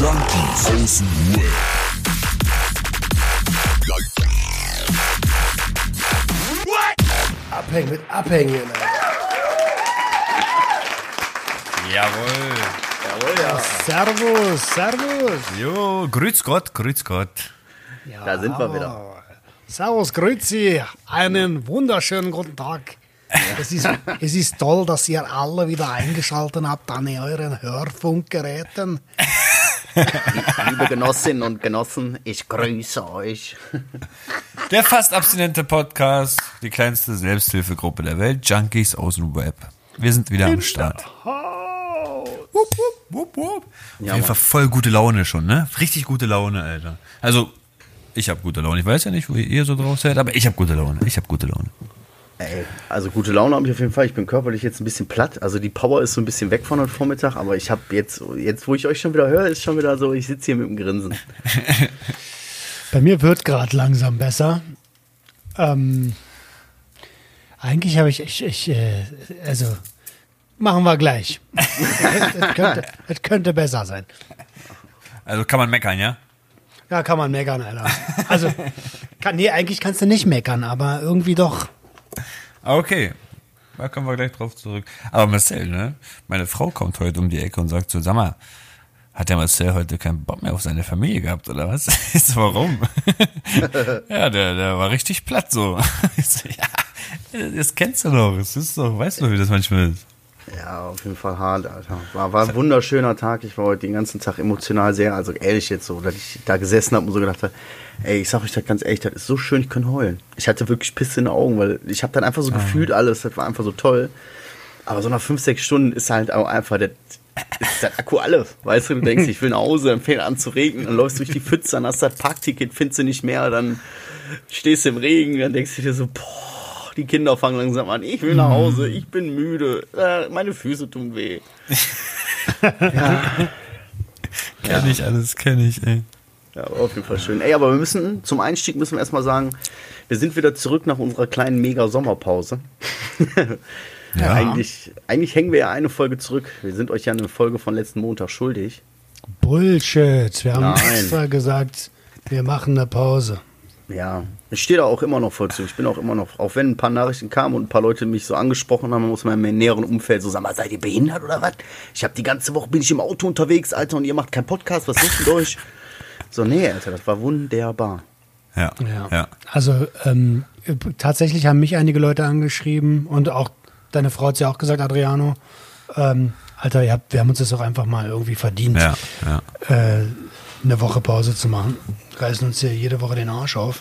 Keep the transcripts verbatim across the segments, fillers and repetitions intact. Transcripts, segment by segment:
Junkies aus dem Web. Abhängen mit Abhängen. Jawohl. Jawohl, ja. Servus, servus. Jo, grüß Gott, grüß Gott. Ja, Da sind wir wieder. Servus, grüezi. Einen wunderschönen guten Tag. Es ist, es ist toll, dass ihr alle wieder eingeschaltet habt an euren Hörfunkgeräten. Liebe Genossinnen und Genossen, ich grüße euch. Der fast abstinente Podcast, die kleinste Selbsthilfegruppe der Welt, Junkies aus dem Web. Wir sind wieder am Start. Wupp, wupp, wupp, wupp. Auf jeden Fall voll gute Laune schon, ne? Richtig gute Laune, Alter. Also, ich habe gute Laune. Ich weiß ja nicht, wo ihr so drauf seid, aber ich habe gute Laune. Ich habe gute Laune. Ey, also gute Laune habe ich auf jeden Fall. Ich bin körperlich jetzt ein bisschen platt. Also die Power ist so ein bisschen weg von heute Vormittag, aber ich habe jetzt, jetzt wo ich euch schon wieder höre, ist schon wieder so, ich sitze hier mit dem Grinsen. Bei mir wird gerade langsam besser. Ähm, eigentlich habe ich, ich, ich äh, also machen wir gleich. Es könnte, es könnte besser sein. Also kann man meckern, ja? Ja, kann man meckern, Alter. Also, kann, nee, eigentlich kannst du nicht meckern, aber irgendwie doch. Okay, da kommen wir gleich drauf zurück. Aber Marcel, ne? Meine Frau kommt heute um die Ecke und sagt so, sag mal, hat der Marcel heute keinen Bock mehr auf seine Familie gehabt, oder was? Ich so, warum? Ja, der, der war richtig platt so. Ich so, ja, das kennst du doch. Das ist doch, weißt du, wie das manchmal ist. Ja, auf jeden Fall hart, Alter. War, war ein wunderschöner Tag. Ich war heute den ganzen Tag emotional sehr, also ehrlich jetzt so, dass ich da gesessen habe und so gedacht habe, ey, ich sag euch das ganz ehrlich, das ist so schön, ich kann heulen. Ich hatte wirklich Pisse in den Augen, weil ich habe dann einfach so gefühlt alles, das war einfach so toll. Aber so nach fünf, sechs Stunden ist halt auch einfach, das ist das Akku alle. Weißt du, du denkst, ich will nach Hause, dann fängt an zu regnen, dann läufst du durch die Pfütze, dann hast du das Parkticket, findest du nicht mehr, dann stehst du im Regen, dann denkst du dir so, boah, die Kinder fangen langsam an, ich will nach Hause, ich bin müde, äh, meine Füße tun weh. Ja. Kenn ich alles, kenn ich, ey. Ja, auf jeden Fall schön. Ey, aber wir müssen, zum Einstieg müssen wir erstmal sagen, wir sind wieder zurück nach unserer kleinen Mega-Sommerpause. Ja. Eigentlich, eigentlich hängen wir ja eine Folge zurück. Wir sind euch ja eine Folge von letzten Montag schuldig. Bullshit. Wir haben Nein. extra gesagt, wir machen eine Pause. Ja, ich stehe da auch immer noch voll zu. Ich bin auch immer noch, auch wenn ein paar Nachrichten kamen und ein paar Leute mich so angesprochen haben, muss man in meinem näheren Umfeld so sagen, seid ihr behindert oder was? Ich habe die ganze Woche, bin ich im Auto unterwegs, Alter, und ihr macht keinen Podcast, was ist mit euch? So, nee, Alter, das war wunderbar. Ja, Ja. ja. Also ähm, tatsächlich haben mich einige Leute angeschrieben und auch deine Frau hat es ja auch gesagt, Adriano, ähm, Alter, ihr habt, wir haben uns das auch einfach mal irgendwie verdient, Ja, ja. äh, eine Woche Pause zu machen. Reißen uns hier jede Woche den Arsch auf.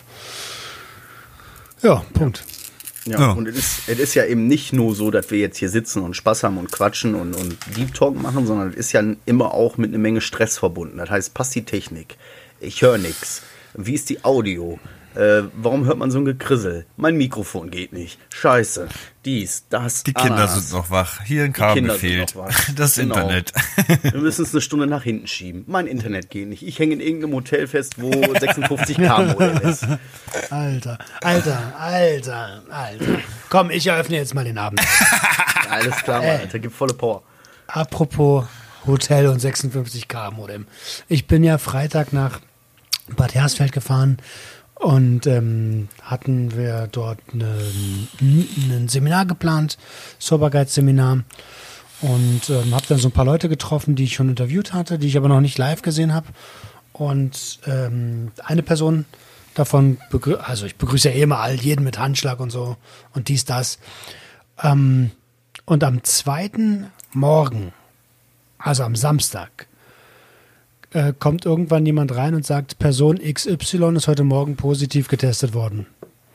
Ja, Punkt. Ja, Ja. und es ist, es ist ja eben nicht nur so, dass wir jetzt hier sitzen und Spaß haben und quatschen und, und Deep Talk machen, sondern es ist ja immer auch mit einer Menge Stress verbunden. Das heißt, passt die Technik? Ich höre nichts. Wie ist die Audio? Äh, warum hört man so ein Gekrissel? Mein Mikrofon geht nicht. Scheiße. Dies, das, Die Kinder Ananas. sind noch wach. Hier ein Kabel Kinder sind fehlt. noch wach. Das Genau. Internet. Wir müssen es eine Stunde nach hinten schieben. Mein Internet geht nicht. Ich hänge in irgendeinem Hotel fest, wo sechsundfünfzig K Modem ist. Alter, Alter, Alter, Alter. Komm, ich eröffne jetzt mal den Abend. Alles klar, Mann, Alter. Gib volle Power. Apropos Hotel und sechsundfünfzig K Modem. Ich bin ja Freitag nach Bad Hersfeld gefahren und ähm, hatten wir dort ein Seminar geplant, Soberguide-Seminar. Und ähm, habe dann so ein paar Leute getroffen, die ich schon interviewt hatte, die ich aber noch nicht live gesehen habe. Und ähm, eine Person davon, begrü- also ich begrüße ja eh immer all jeden mit Handschlag und so und dies, das. Ähm, und am zweiten Morgen, also am Samstag, äh, kommt irgendwann jemand rein und sagt, Person X Y ist heute Morgen positiv getestet worden.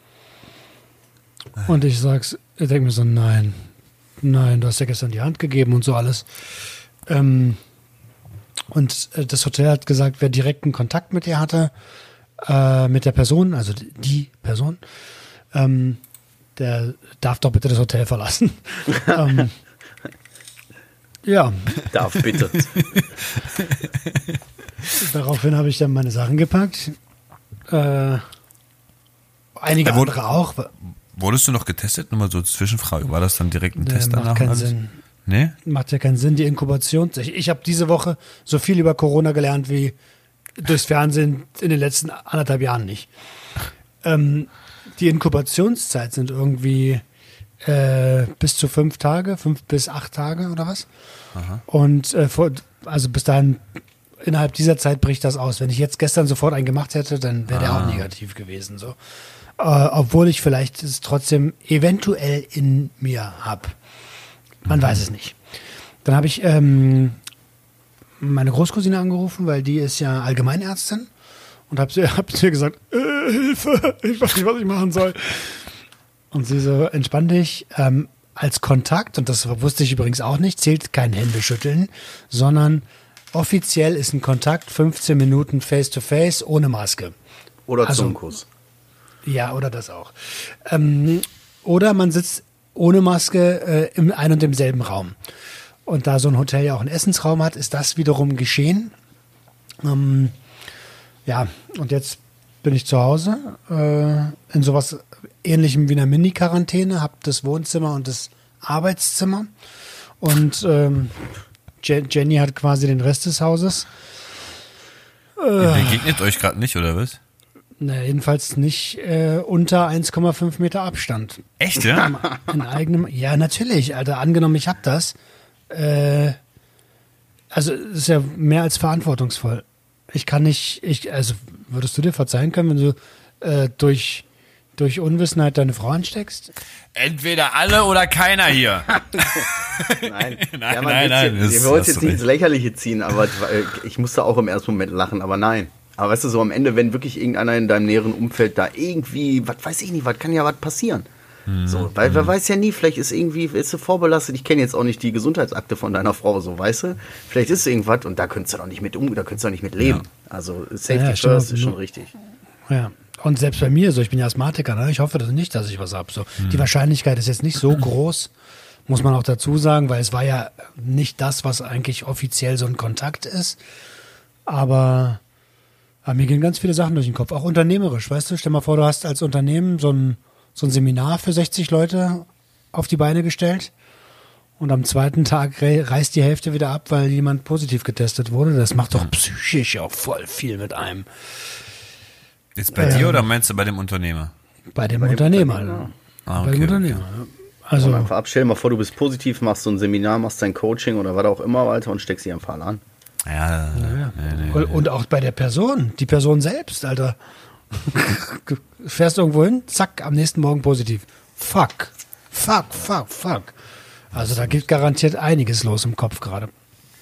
Und ich sag's, ich denke mir so, nein, nein, du hast ja gestern die Hand gegeben und so alles. Ähm, und äh, das Hotel hat gesagt, wer direkten Kontakt mit dir hatte, äh, mit der Person, also die Person, ähm, der darf doch bitte das Hotel verlassen. ähm, ja. Darf bitte. Daraufhin habe ich dann meine Sachen gepackt. Äh, einige Da wurde- andere auch. Wurdest du noch getestet? Nur mal so Zwischenfrage. War das dann direkt ein Der Test danach? macht keinen alles? Sinn. Nee? Macht ja keinen Sinn, die Inkubation. Ich, ich habe diese Woche so viel über Corona gelernt wie durchs Fernsehen in den letzten anderthalb Jahren nicht. Ähm, die Inkubationszeit sind irgendwie äh, bis zu fünf Tage, fünf bis acht Tage oder was. Aha. Und äh, vor, also bis dahin, innerhalb dieser Zeit bricht das aus. Wenn ich jetzt gestern sofort einen gemacht hätte, dann wäre der Ah. auch negativ gewesen. So. Äh, obwohl ich vielleicht es trotzdem eventuell in mir habe. Man weiß es nicht. Dann habe ich ähm, meine Großcousine angerufen, weil die ist ja Allgemeinärztin. Und habe hab zu ihr gesagt, äh, Hilfe, ich weiß nicht, was ich machen soll. Und sie so, entspann dich, ähm, als Kontakt, und das wusste ich übrigens auch nicht, zählt kein Händeschütteln, sondern offiziell ist ein Kontakt fünfzehn Minuten Face-to-Face ohne Maske. Oder Also- Zungenkuss. Ja, oder das auch. Ähm, oder man sitzt ohne Maske äh, im ein und demselben Raum. Und da so ein Hotel ja auch einen Essensraum hat, ist das wiederum geschehen. Ähm, ja, und jetzt bin ich zu Hause äh, in sowas Ähnlichem wie einer Mini-Quarantäne, habe das Wohnzimmer und das Arbeitszimmer. Und ähm, Je- Jenny hat quasi den Rest des Hauses. Ihr begegnet euch gerade nicht, oder was? Na, jedenfalls nicht äh, unter eins Komma fünf Meter Abstand. Echt, ja? In eigenem, ja, natürlich, Alter. Angenommen, ich hab das. Äh, also, es ist ja mehr als verantwortungsvoll. Ich kann nicht, ich, also, würdest du dir verzeihen können, wenn du äh, durch, durch Unwissenheit deine Frau ansteckst? Entweder alle oder keiner hier. Nein, Nein, ja, man nein, will's nein, Jetzt, das- ihr wollt hast jetzt du nicht recht. ins Lächerliche ziehen, aber äh, ich musste auch im ersten Moment lachen, aber nein. Aber weißt du, so am Ende, wenn wirklich irgendeiner in deinem näheren Umfeld da irgendwie, was weiß ich nicht, was kann ja was passieren. So, weil wer weiß ja nie, vielleicht ist irgendwie, ist sie vorbelastet, ich kenne jetzt auch nicht die Gesundheitsakte von deiner Frau, so, weißt du? Vielleicht ist irgendwas und da könntest du doch nicht mit um, da könntest du doch nicht mit leben. Also Safety Ja, ja, stimmt. first ist schon richtig. Ja. Und selbst bei mir, so, ich bin ja Asthmatiker, ne? Ich hoffe das nicht, dass ich was hab. So. Die Wahrscheinlichkeit ist jetzt nicht so groß, muss man auch dazu sagen, weil es war ja nicht das, was eigentlich offiziell so ein Kontakt ist. Aber, aber mir gehen ganz viele Sachen durch den Kopf, auch unternehmerisch, weißt du? Stell mal vor, du hast als Unternehmen so ein, so ein Seminar für sechzig Leute auf die Beine gestellt und am zweiten Tag re- reißt die Hälfte wieder ab, weil jemand positiv getestet wurde. Das macht doch psychisch auch voll viel mit einem. Jetzt bei dir oder meinst du bei dem Unternehmer? Bei dem dem Unternehmer. Unternehmer. Ah, Bei dem okay, Unternehmer. ja. Also, Einfach ab, stell dir mal vor, du bist positiv, machst so ein Seminar, machst dein Coaching oder was auch immer, Alter, und steckst sie am Fall an. Ja, ja. nee, nee. Und, und auch bei der Person, die Person selbst, Alter. Fährst irgendwo hin, zack, am nächsten Morgen positiv. Fuck. Fuck, fuck, fuck. Also da gibt garantiert einiges los im Kopf gerade.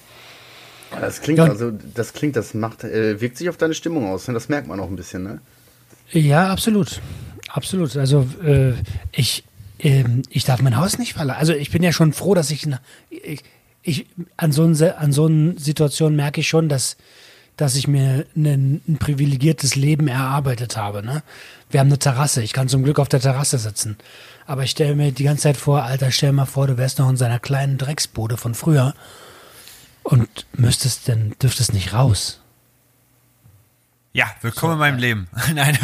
Das klingt, Ja. also, das klingt, das macht, äh, wirkt sich auf deine Stimmung aus, ne? Das merkt man auch ein bisschen, ne? Ja, absolut. Absolut. Also äh, ich, ähm, ich darf mein Haus nicht verlassen. Also ich bin ja schon froh, dass ich, na- ich, ich an so einen, an so einen Situationen merke ich schon, dass, dass ich mir ein, ein privilegiertes Leben erarbeitet habe. Ne? Wir haben eine Terrasse. Ich kann zum Glück auf der Terrasse sitzen. Aber ich stelle mir die ganze Zeit vor, Alter, stell mal vor, du wärst noch in seiner kleinen Drecksbude von früher und müsstest denn, dürftest nicht raus. Ja, willkommen in meinem Leben. Nein.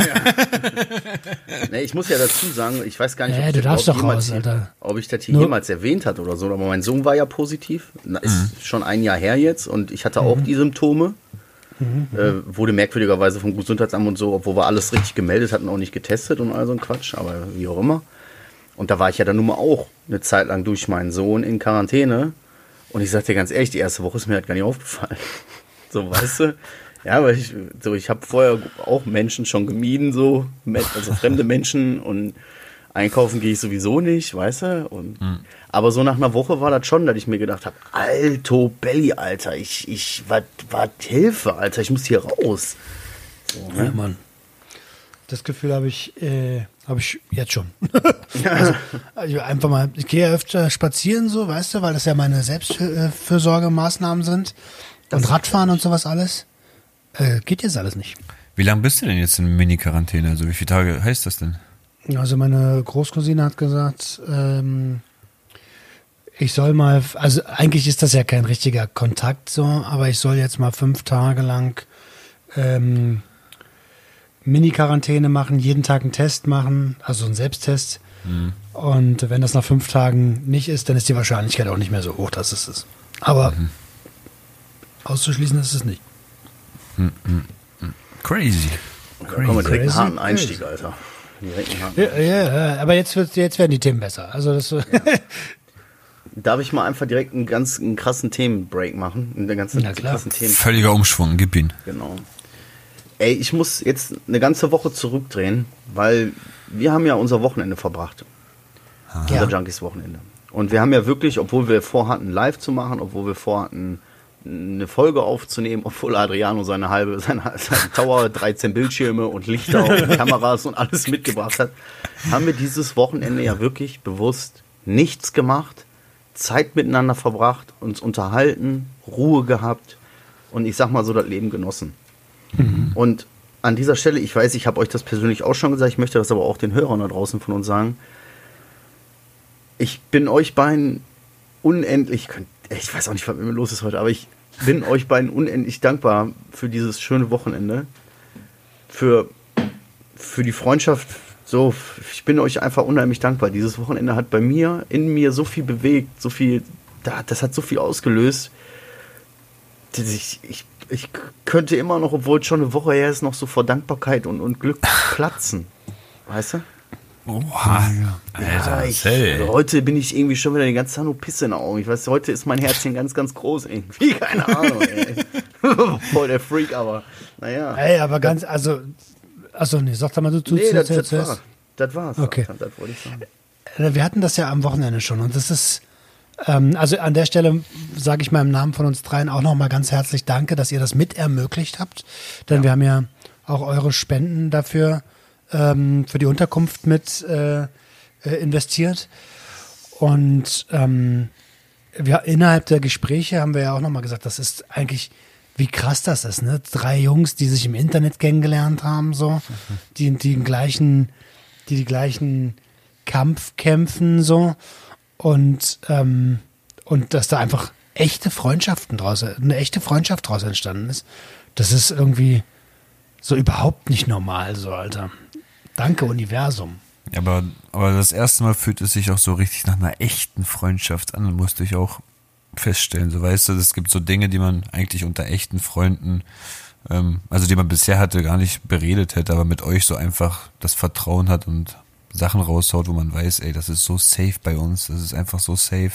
Ne, ich muss ja dazu sagen, ich weiß gar nicht, Ja, ob, du ich darfst überhaupt doch raus, jemals, Alter. ob ich das hier Nur- jemals erwähnt hat oder so, aber mein Sohn war ja positiv, Na, ist Mhm. schon ein Jahr her jetzt und ich hatte auch die Symptome, Mhm. äh, wurde merkwürdigerweise vom Gesundheitsamt und so, obwohl wir alles richtig gemeldet hatten, auch nicht getestet und all so ein Quatsch, aber wie auch immer. Und da war ich ja dann nun mal auch eine Zeit lang durch meinen Sohn in Quarantäne und ich sag dir ganz ehrlich, die erste Woche ist mir halt gar nicht aufgefallen. So, weißt du? Ja, weil ich, so, ich habe vorher auch Menschen schon gemieden, so, also fremde Menschen und einkaufen gehe ich sowieso nicht, weißt du? Und, aber so nach einer Woche war das schon, dass ich mir gedacht habe, Alto Belly, Alter, ich, ich, was, was, Hilfe, Alter, ich muss hier raus. So, Ja, ne? Mann. Das Gefühl habe ich, äh, habe ich jetzt schon. also, also einfach mal, ich gehe öfter spazieren so, weißt du, weil das ja meine Selbstfürsorgemaßnahmen sind. Und Radfahren und sowas alles. Äh, geht jetzt alles nicht. Wie lange bist du denn jetzt in Mini-Quarantäne? Also wie viele Tage heißt das denn? Also meine Großcousine hat gesagt, ähm, ich soll mal, also eigentlich ist das ja kein richtiger Kontakt so, aber ich soll jetzt mal fünf Tage lang ähm, Mini-Quarantäne machen, jeden Tag einen Test machen, also einen Selbsttest Mhm. Und wenn das nach fünf Tagen nicht ist, dann ist die Wahrscheinlichkeit auch nicht mehr so hoch, dass es ist. Aber mhm. auszuschließen ist es nicht. Mhm. Crazy. Da kommen wir direkt einen harten Einstieg, Alter. Ja, ja, aber jetzt, wird, jetzt werden die Themen besser. Also das, ja. Darf ich mal einfach direkt einen ganz einen krassen Themenbreak machen? Einen ganzen ja, krassen Themen. Völliger Umschwung, gib ihn. Genau. Ey, ich muss jetzt eine ganze Woche zurückdrehen, weil wir haben ja unser Wochenende verbracht. Ah. Unser Ja. Junkies-Wochenende. Und wir haben ja wirklich, obwohl wir vorhatten, live zu machen, obwohl wir vorhatten, eine Folge aufzunehmen, obwohl Adriano seine halbe, seine, seine Tower, dreizehn Bildschirme und Lichter und Kameras und alles mitgebracht hat, haben wir dieses Wochenende ja wirklich bewusst nichts gemacht, Zeit miteinander verbracht, uns unterhalten, Ruhe gehabt und ich sag mal so das Leben genossen. Mhm. Und an dieser Stelle, ich weiß, ich habe euch das persönlich auch schon gesagt, ich möchte das aber auch den Hörern da draußen von uns sagen, ich bin euch beiden unendlich, ich weiß auch nicht, was mit mir los ist heute, aber ich bin euch beiden unendlich dankbar für dieses schöne Wochenende, für, für die Freundschaft. So, ich bin euch einfach unheimlich dankbar. Dieses Wochenende hat bei mir, in mir so viel bewegt, so viel, das hat so viel ausgelöst. Ich, ich, ich könnte immer noch, obwohl es schon eine Woche her ist, noch so vor Dankbarkeit und, und Glück platzen. Weißt du? Oha, ja, Alter, ich, also heute bin ich irgendwie schon wieder die ganze Zeit nur Pisse in den Augen. Ich weiß, heute ist mein Herzchen ganz, ganz groß irgendwie. Keine Ahnung, ey. Voll der Freak, aber naja. Ey, aber ganz, also, achso, nee, sag doch mal, du tust Nee, das, jetzt. das, war, das war's. Okay. Das, das wollte ich sagen. Wir hatten das ja am Wochenende schon und das ist, ähm, also an der Stelle sage ich mal im Namen von uns dreien auch nochmal ganz herzlich Danke, dass ihr das mit ermöglicht habt, denn ja. wir haben ja auch eure Spenden dafür ähm, für die Unterkunft mit äh, investiert und ähm, wir, innerhalb der Gespräche haben wir ja auch nochmal gesagt, das ist eigentlich, wie krass das ist, ne? Drei Jungs, die sich im Internet kennengelernt haben, so, mhm. die, die den gleichen, die die gleichen Kampf kämpfen, so, und, ähm, und dass da einfach echte Freundschaften draus, eine echte Freundschaft draus entstanden ist. Das ist irgendwie so überhaupt nicht normal, so, Alter. Danke, Universum. Ja, aber, aber das erste Mal fühlt es sich auch so richtig nach einer echten Freundschaft an, musste ich auch feststellen. So, weißt du, es gibt so Dinge, die man eigentlich unter echten Freunden, ähm, also die man bisher hatte, gar nicht beredet hätte, aber mit euch so einfach das Vertrauen hat und Sachen raushaut, wo man weiß, ey, das ist so safe bei uns, das ist einfach so safe.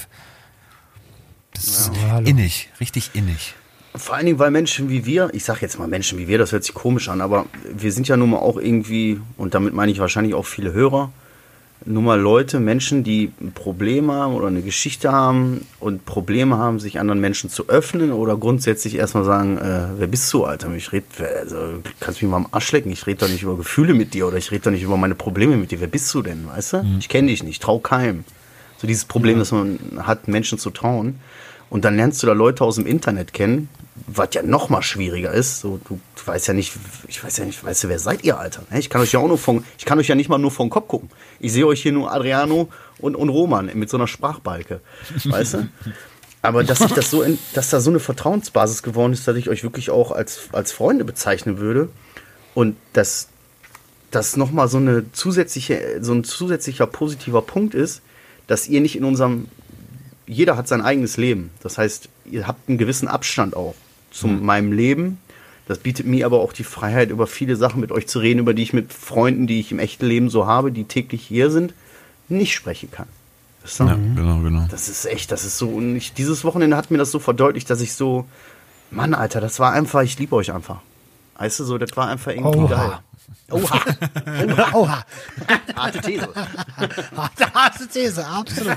Das ist Ja, innig, richtig innig. Vor allen Dingen, weil Menschen wie wir, ich sag jetzt mal Menschen wie wir, das hört sich komisch an, aber wir sind ja nun mal auch irgendwie, und damit meine ich wahrscheinlich auch viele Hörer, nun mal Leute, Menschen, die ein Problem haben oder eine Geschichte haben und Probleme haben, sich anderen Menschen zu öffnen oder grundsätzlich erstmal sagen, äh, wer bist du, Alter? Ich red, also, kannst mich mal am Arsch lecken, ich rede doch nicht über Gefühle mit dir oder ich rede doch nicht über meine Probleme mit dir. Wer bist du denn, weißt du? Mhm. Ich kenne dich nicht, trau keinem. So dieses Problem, ja. dass man hat, Menschen zu trauen. Und dann lernst du da Leute aus dem Internet kennen, was ja noch mal schwieriger ist. So, du, du weißt ja nicht, ich weiß ja nicht, weißt du, wer seid ihr, Alter? Ich kann euch ja auch nur von, ich kann euch ja nicht mal nur vom Kopf gucken. Ich sehe euch hier nur Adriano und, und Roman mit so einer Sprachbalke, weißt du? Aber dass ich das so, in, dass da so eine Vertrauensbasis geworden ist, dass ich euch wirklich auch als, als Freunde bezeichnen würde und dass das noch mal so eine zusätzliche, so ein zusätzlicher positiver Punkt ist, dass ihr nicht in unserem, jeder hat sein eigenes Leben. Das heißt, ihr habt einen gewissen Abstand auch zu mhm. meinem Leben. Das bietet mir aber auch die Freiheit, über viele Sachen mit euch zu reden, über die ich mit Freunden, die ich im echten Leben so habe, die täglich hier sind, nicht sprechen kann. Das ist, ja, genau, genau. Das ist echt, das ist so, und ich, dieses Wochenende hat mir das so verdeutlicht, dass ich so, Mann, Alter, das war einfach, ich liebe euch einfach. Weißt du, so, das war einfach irgendwie Oha. geil. Oha. Oha. Oha. Harte These. Harte, harte These, absolut.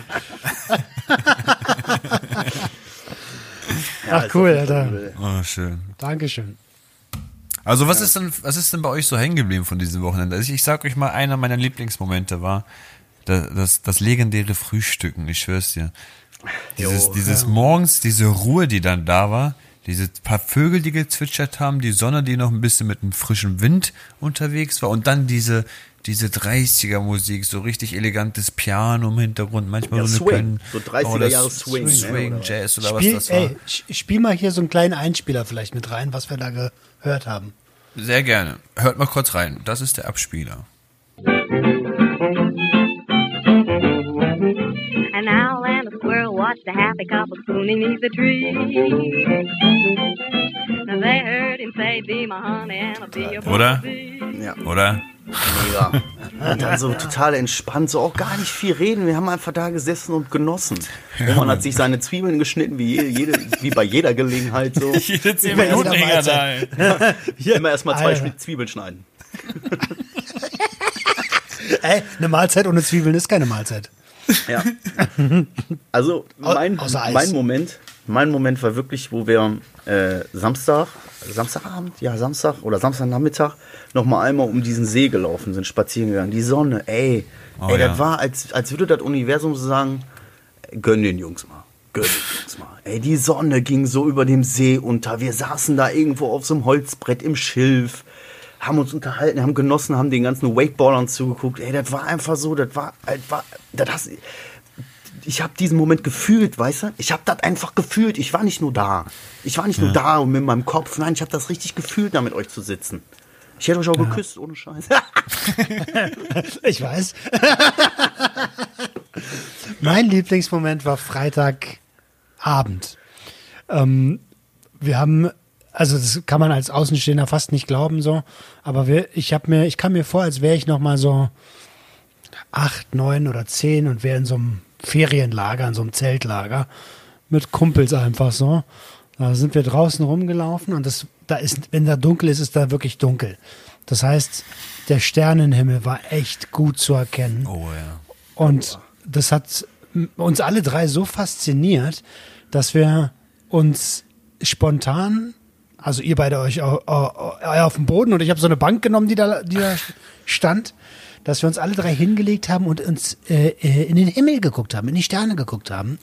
Ja, Ach cool, Alter. Oh, schön. Dankeschön. Also was ist denn, was ist denn bei euch so hängen geblieben von diesem Wochenende? Also ich, ich sag euch mal, einer meiner Lieblingsmomente war das, das, das legendäre Frühstücken, ich schwör's dir. Dieses, Jo, dieses ja. morgens, diese Ruhe, die dann da war, diese paar Vögel, die gezwitschert haben, die Sonne, die noch ein bisschen mit einem frischen Wind unterwegs war und dann diese, diese dreißiger-Musik, so richtig elegantes Piano im Hintergrund, manchmal Ja, so eine Swing, können, so dreißiger Jahre Swing, ne, Swing, oder? Jazz oder Spiel, was das war. ey, sch- spiel mal hier so einen kleinen Einspieler vielleicht mit rein, was wir da gehört haben. Sehr gerne. Hört mal kurz rein. Das ist der Abspieler. watched a happy couple spooning neath the tree. Now they heard him say, be my honey and I'll be your Oder? bumblebee. Ja. Oder? Mega. Und dann so total entspannt, so auch gar nicht viel reden. Wir haben einfach da gesessen und genossen. Ja, man hat sich seine Zwiebeln geschnitten, wie, jede, jede, wie bei jeder Gelegenheit. So. Jede zehn Minuten länger da. Ja. Immer erstmal zwei Alter. Zwiebeln schneiden. Ey, eine Mahlzeit ohne Zwiebeln ist keine Mahlzeit. Ja. Also mein, Au- außer Eis. mein Moment, mein Moment war wirklich, wo wir äh, Samstag, Samstagabend, ja Samstag oder Samstagnachmittag noch mal einmal um diesen See gelaufen sind, spazieren gegangen. Die Sonne, ey, Oh, ey, ja. das war, als, als würde das Universum so sagen, gönn den Jungs mal, gönn den Jungs mal. Ey, die Sonne ging so über dem See unter. Wir saßen da irgendwo auf so einem Holzbrett im Schilf, haben uns unterhalten, haben genossen, haben den ganzen Wakeboardern zugeguckt. Ey, das war einfach so, das war, das war, das hast, ich habe diesen Moment gefühlt, weißt du? Ich habe das einfach gefühlt. Ich war nicht nur da. Ich war nicht nur da und mit meinem Kopf. Nein, ich habe das richtig gefühlt, da mit euch zu sitzen. Ich hätte euch auch geküsst, ohne Scheiß. Ich weiß. Mein Lieblingsmoment war Freitagabend. Ähm, wir haben, also das kann man als Außenstehender fast nicht glauben so, aber wir, ich habe mir, ich kam mir vor, als wäre ich noch mal so acht, neun oder zehn und wäre in so einem Ferienlager, in so einem Zeltlager mit Kumpels einfach so. Da sind wir draußen rumgelaufen und das, da ist, wenn da dunkel ist, ist da wirklich dunkel. Das heißt, der Sternenhimmel war echt gut zu erkennen. Oh ja. Und das hat uns alle drei so fasziniert, dass wir uns spontan, also ihr beide euch au- au- auf dem Boden und ich habe so eine Bank genommen, die da, die da stand, dass wir uns alle drei hingelegt haben und uns äh, äh, in den Himmel geguckt haben, in die Sterne geguckt haben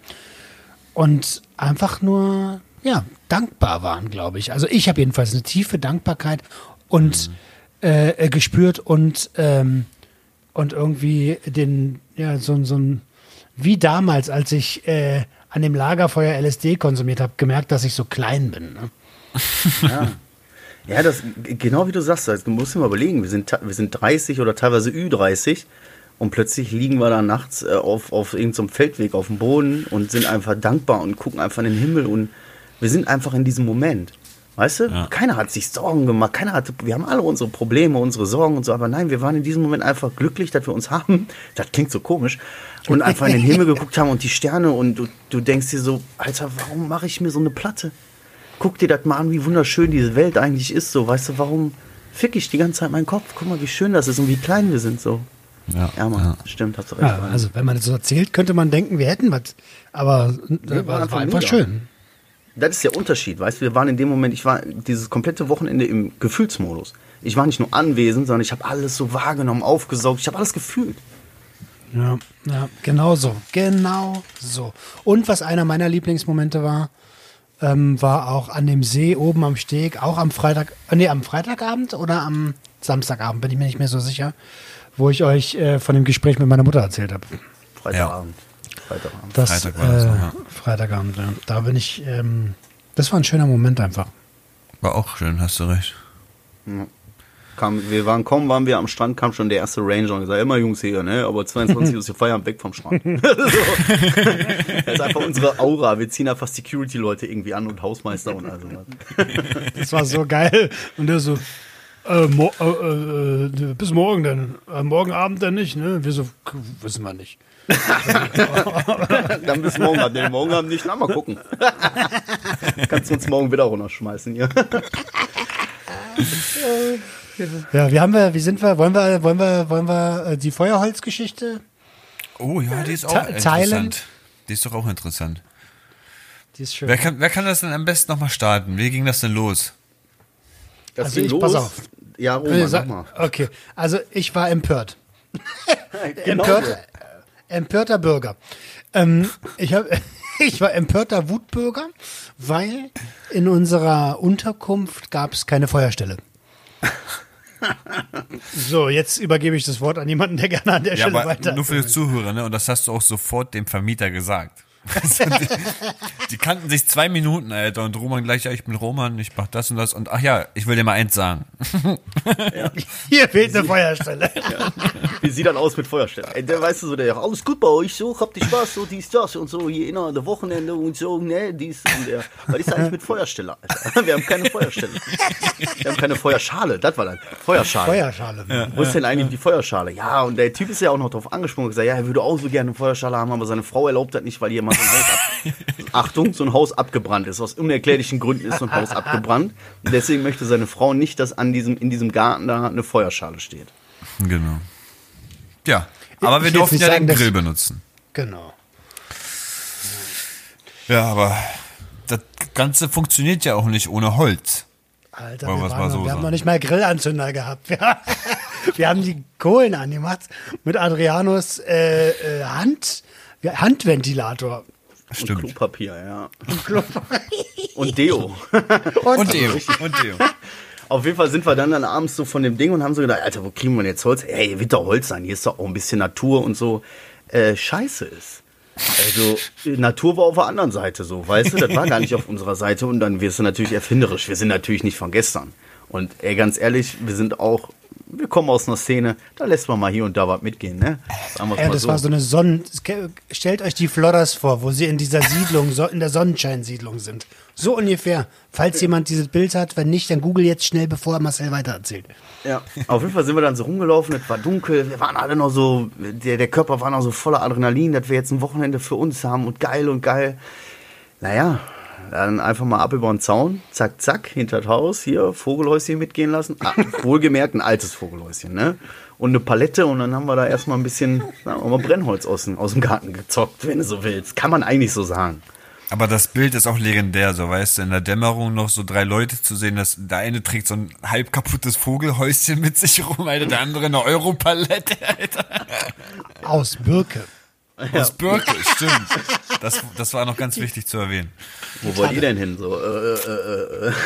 und einfach nur ja dankbar waren, glaube ich. Also ich habe jedenfalls eine tiefe Dankbarkeit und äh, äh, gespürt und ähm, und irgendwie den ja so so ein wie damals, als ich äh, an dem Lagerfeuer L S D konsumiert habe, gemerkt, dass ich so klein bin. Ne? Ja. Ja, das, genau wie du sagst, also, du musst dir mal überlegen, wir sind, wir sind dreißig oder teilweise Ü dreißig und plötzlich liegen wir da nachts äh, auf, auf irgendeinem Feldweg auf dem Boden und sind einfach dankbar und gucken einfach in den Himmel und wir sind einfach in diesem Moment. Weißt du? Ja. Keiner hat sich Sorgen gemacht, keiner hatte, wir haben alle unsere Probleme, unsere Sorgen und so, aber nein, wir waren in diesem Moment einfach glücklich, dass wir uns haben, das klingt so komisch, und einfach in den Himmel geguckt haben und die Sterne und du, du denkst dir so, Alter, warum mache ich mir so eine Platte? Guck dir das mal an, wie wunderschön diese Welt eigentlich ist, so, weißt du, warum fick ich die ganze Zeit meinen Kopf? Guck mal, wie schön das ist und wie klein wir sind, so. Ja, Ja, Mann, ja. stimmt, hast du recht. Ja, also wenn man das so erzählt, könnte man denken, wir hätten was. Aber Wir das waren war, einfach war einfach mega. schön. Das ist der Unterschied, weißt du, wir waren in dem Moment, ich war dieses komplette Wochenende im Gefühlsmodus. Ich war nicht nur anwesend, sondern ich habe alles so wahrgenommen, aufgesaugt, ich habe alles gefühlt. Ja, ja, genau so. Genau so. Und was einer meiner Lieblingsmomente war, ähm, war auch an dem See oben am Steg, auch am Freitag, äh, nee, am Freitagabend oder am Samstagabend, bin ich mir nicht mehr so sicher, wo ich euch äh, von dem Gespräch mit meiner Mutter erzählt habe. Freitagabend. Freitagabend. Das, Freitag war das äh, noch, ja. Freitagabend, ja. Da bin ich, ähm, das war ein schöner Moment einfach. War auch schön, hast du recht. Kam, wir waren kaum, waren wir am Strand, kam schon der erste Ranger und gesagt, immer Jungs hier, ne? Aber zweiundzwanzig Uhr ist hier Feierabend, weg vom Strand. So. Das ist einfach unsere Aura. Wir ziehen einfach Security-Leute irgendwie an und Hausmeister und also was. Das war so geil. Und der so, äh, mo äh, äh, bis morgen dann. Äh, morgen Abend dann nicht, ne? Wir so, k- wissen wir nicht. Dann bis morgen Abend. Nee, morgen Abend nicht. Na, mal gucken. Kannst du uns morgen wieder runterschmeißen hier. Ja, wie haben wir, wie sind wir, wollen wir, wollen wir, wollen wir äh, die Feuerholzgeschichte? Oh ja, die ist auch Te- interessant. teilen? Die ist doch auch interessant. Die ist schön. Wer kann, wer kann das denn am besten nochmal starten? Wie ging das denn los? Das Also ging ich- pass auf. Ja, Äh, Roman, sag- sag mal. Okay, also ich war empört. Genau Empört, so. empörter Bürger. Ähm, ich, hab, ich war empörter Wutbürger, weil in unserer Unterkunft gab es keine Feuerstelle. So, jetzt übergebe ich das Wort an jemanden, der gerne an der Ja, Stelle aber weiter. nur für die Zuhörer, ne? Und das hast du auch sofort dem Vermieter gesagt. Also die, die kannten sich zwei Minuten, Alter, und Roman gleich, ja, ich bin Roman, ich mach das und das und ach ja, ich will dir mal eins sagen. Ja. Hier fehlt eine Feuerstelle. Ja. Wie sieht dann aus mit Feuerstelle? Ey, der weißt du so, der, alles gut bei euch, so, habt ihr Spaß, so, dies, das und so, hier innerhalb der Wochenende und so, ne, dies und der. Was ist eigentlich mit Feuerstelle, Alter? Wir haben keine Feuerstelle. Wir haben keine Feuerschale, das war dann. Feuerschale. Feuerschale. Ja. Wo ist denn eigentlich die Feuerschale? Ja, und der Typ ist ja auch noch drauf angesprungen und gesagt, ja, er würde auch so gerne eine Feuerschale haben, aber seine Frau erlaubt das nicht, weil jemand so ein Haus ab Achtung, so ein Haus abgebrannt ist. Aus unerklärlichen Gründen ist so ein Haus abgebrannt. Und deswegen möchte seine Frau nicht, dass an diesem, in diesem Garten da eine Feuerschale steht. Genau. Ja, aber wir durften ja sagen, den Grill benutzen. Genau. Ja, aber das Ganze funktioniert ja auch nicht ohne Holz. Alter, wir, waren noch, so wir haben noch nicht mal Grillanzünder gehabt. Wir, wir haben die Kohlen angemacht mit Adrianos äh, äh, Hand, Handventilator. Stimmt. Und Klopapier, ja. Und, Klopapier. Und Deo. Und, und Deo. Und Deo. Auf jeden Fall sind wir dann, dann abends so von dem Ding und haben so gedacht, Alter, wo kriegen wir denn jetzt Holz? Ey, hier wird doch Holz sein, hier ist doch auch ein bisschen Natur und so. Äh, scheiße ist. Also, Natur war auf der anderen Seite so, weißt du? Das war gar nicht auf unserer Seite und dann wirst du natürlich erfinderisch. Wir sind natürlich nicht von gestern. Und ey, ganz ehrlich, wir sind auch, wir kommen aus einer Szene, da lässt man mal hier und da was mitgehen, ne? Sagen ja, das so. War so eine Sonnen... Stellt euch die Flodders vor, wo sie in dieser Siedlung, in der Sonnenscheinsiedlung sind. So ungefähr. Falls jemand dieses Bild hat, wenn nicht, dann google jetzt schnell, bevor Marcel weitererzählt. Ja, auf jeden Fall sind wir dann so rumgelaufen, es war dunkel, wir waren alle noch so, der, der Körper war noch so voller Adrenalin, dass wir jetzt ein Wochenende für uns haben und geil und geil. Naja, dann einfach mal ab über den Zaun, zack, zack, hinter das Haus, hier, Vogelhäuschen mitgehen lassen. Ah, wohlgemerkt ein altes Vogelhäuschen, ne? Und eine Palette und dann haben wir da erstmal ein bisschen, sagen wir mal, Brennholz aus dem, aus dem Garten gezockt, wenn du so willst. Kann man eigentlich so sagen. Aber das Bild ist auch legendär, so weißt du, in der Dämmerung noch so drei Leute zu sehen, dass der eine trägt so ein halb kaputtes Vogelhäuschen mit sich rum, Alter, der andere eine Europalette, Alter. Aus Birke. Aus Birke, stimmt. Das, das war noch ganz wichtig zu erwähnen. Wo wollt ihr denn hin? So, äh, äh, äh.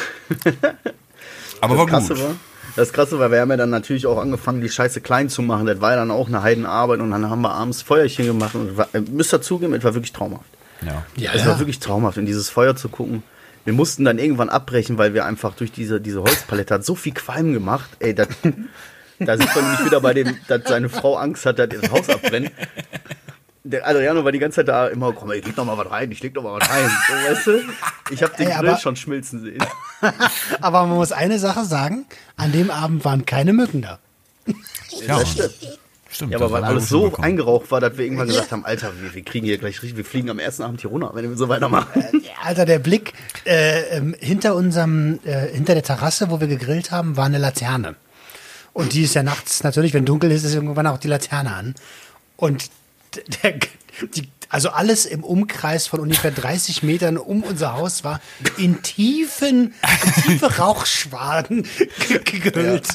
Aber war gut. War, das Krasse war, wir haben ja dann natürlich auch angefangen, die Scheiße klein zu machen. Das war ja dann auch eine Heidenarbeit und dann haben wir abends Feuerchen gemacht und war, müsst ihr zugeben, es war wirklich traumhaft. Ja. Ja, es war wirklich traumhaft, in dieses Feuer zu gucken. Wir mussten dann irgendwann abbrechen, weil wir einfach durch diese, diese Holzpalette hat so viel Qualm gemacht. Ey, dat, da sind wir nämlich wieder bei dem, dass seine Frau Angst hat, dass das Haus abbrennt. Der Adriano war die ganze Zeit da immer, komm, ich leg doch mal was rein, ich leg doch mal was rein. So, weißt du? Ich hab den Ey, Grill aber, schon schmilzen sehen. Aber man muss eine Sache sagen, an dem Abend waren keine Mücken da. Ja, das stimmt. Stimmt, ja, aber weil alles so bekommen. eingeraucht war, dass wir irgendwann gesagt haben, Alter, wir, wir kriegen hier gleich richtig, wir fliegen am ersten Abend hier runter, wenn wir so weitermachen. Alter, der Blick äh, ähm, hinter unserem, äh, hinter der Terrasse, wo wir gegrillt haben, war eine Laterne. Und die ist ja nachts natürlich, wenn dunkel ist, ist irgendwann auch die Laterne an. Und der, die, also alles im Umkreis von ungefähr dreißig Metern um unser Haus war in tiefen, tiefe Rauchschwaden gegrillt.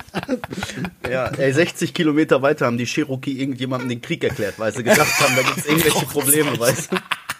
Ja. Ja, ey, sechzig Kilometer weiter haben die Cherokee irgendjemandem den Krieg erklärt, weil sie gedacht haben, da gibt es irgendwelche Probleme, weißt du?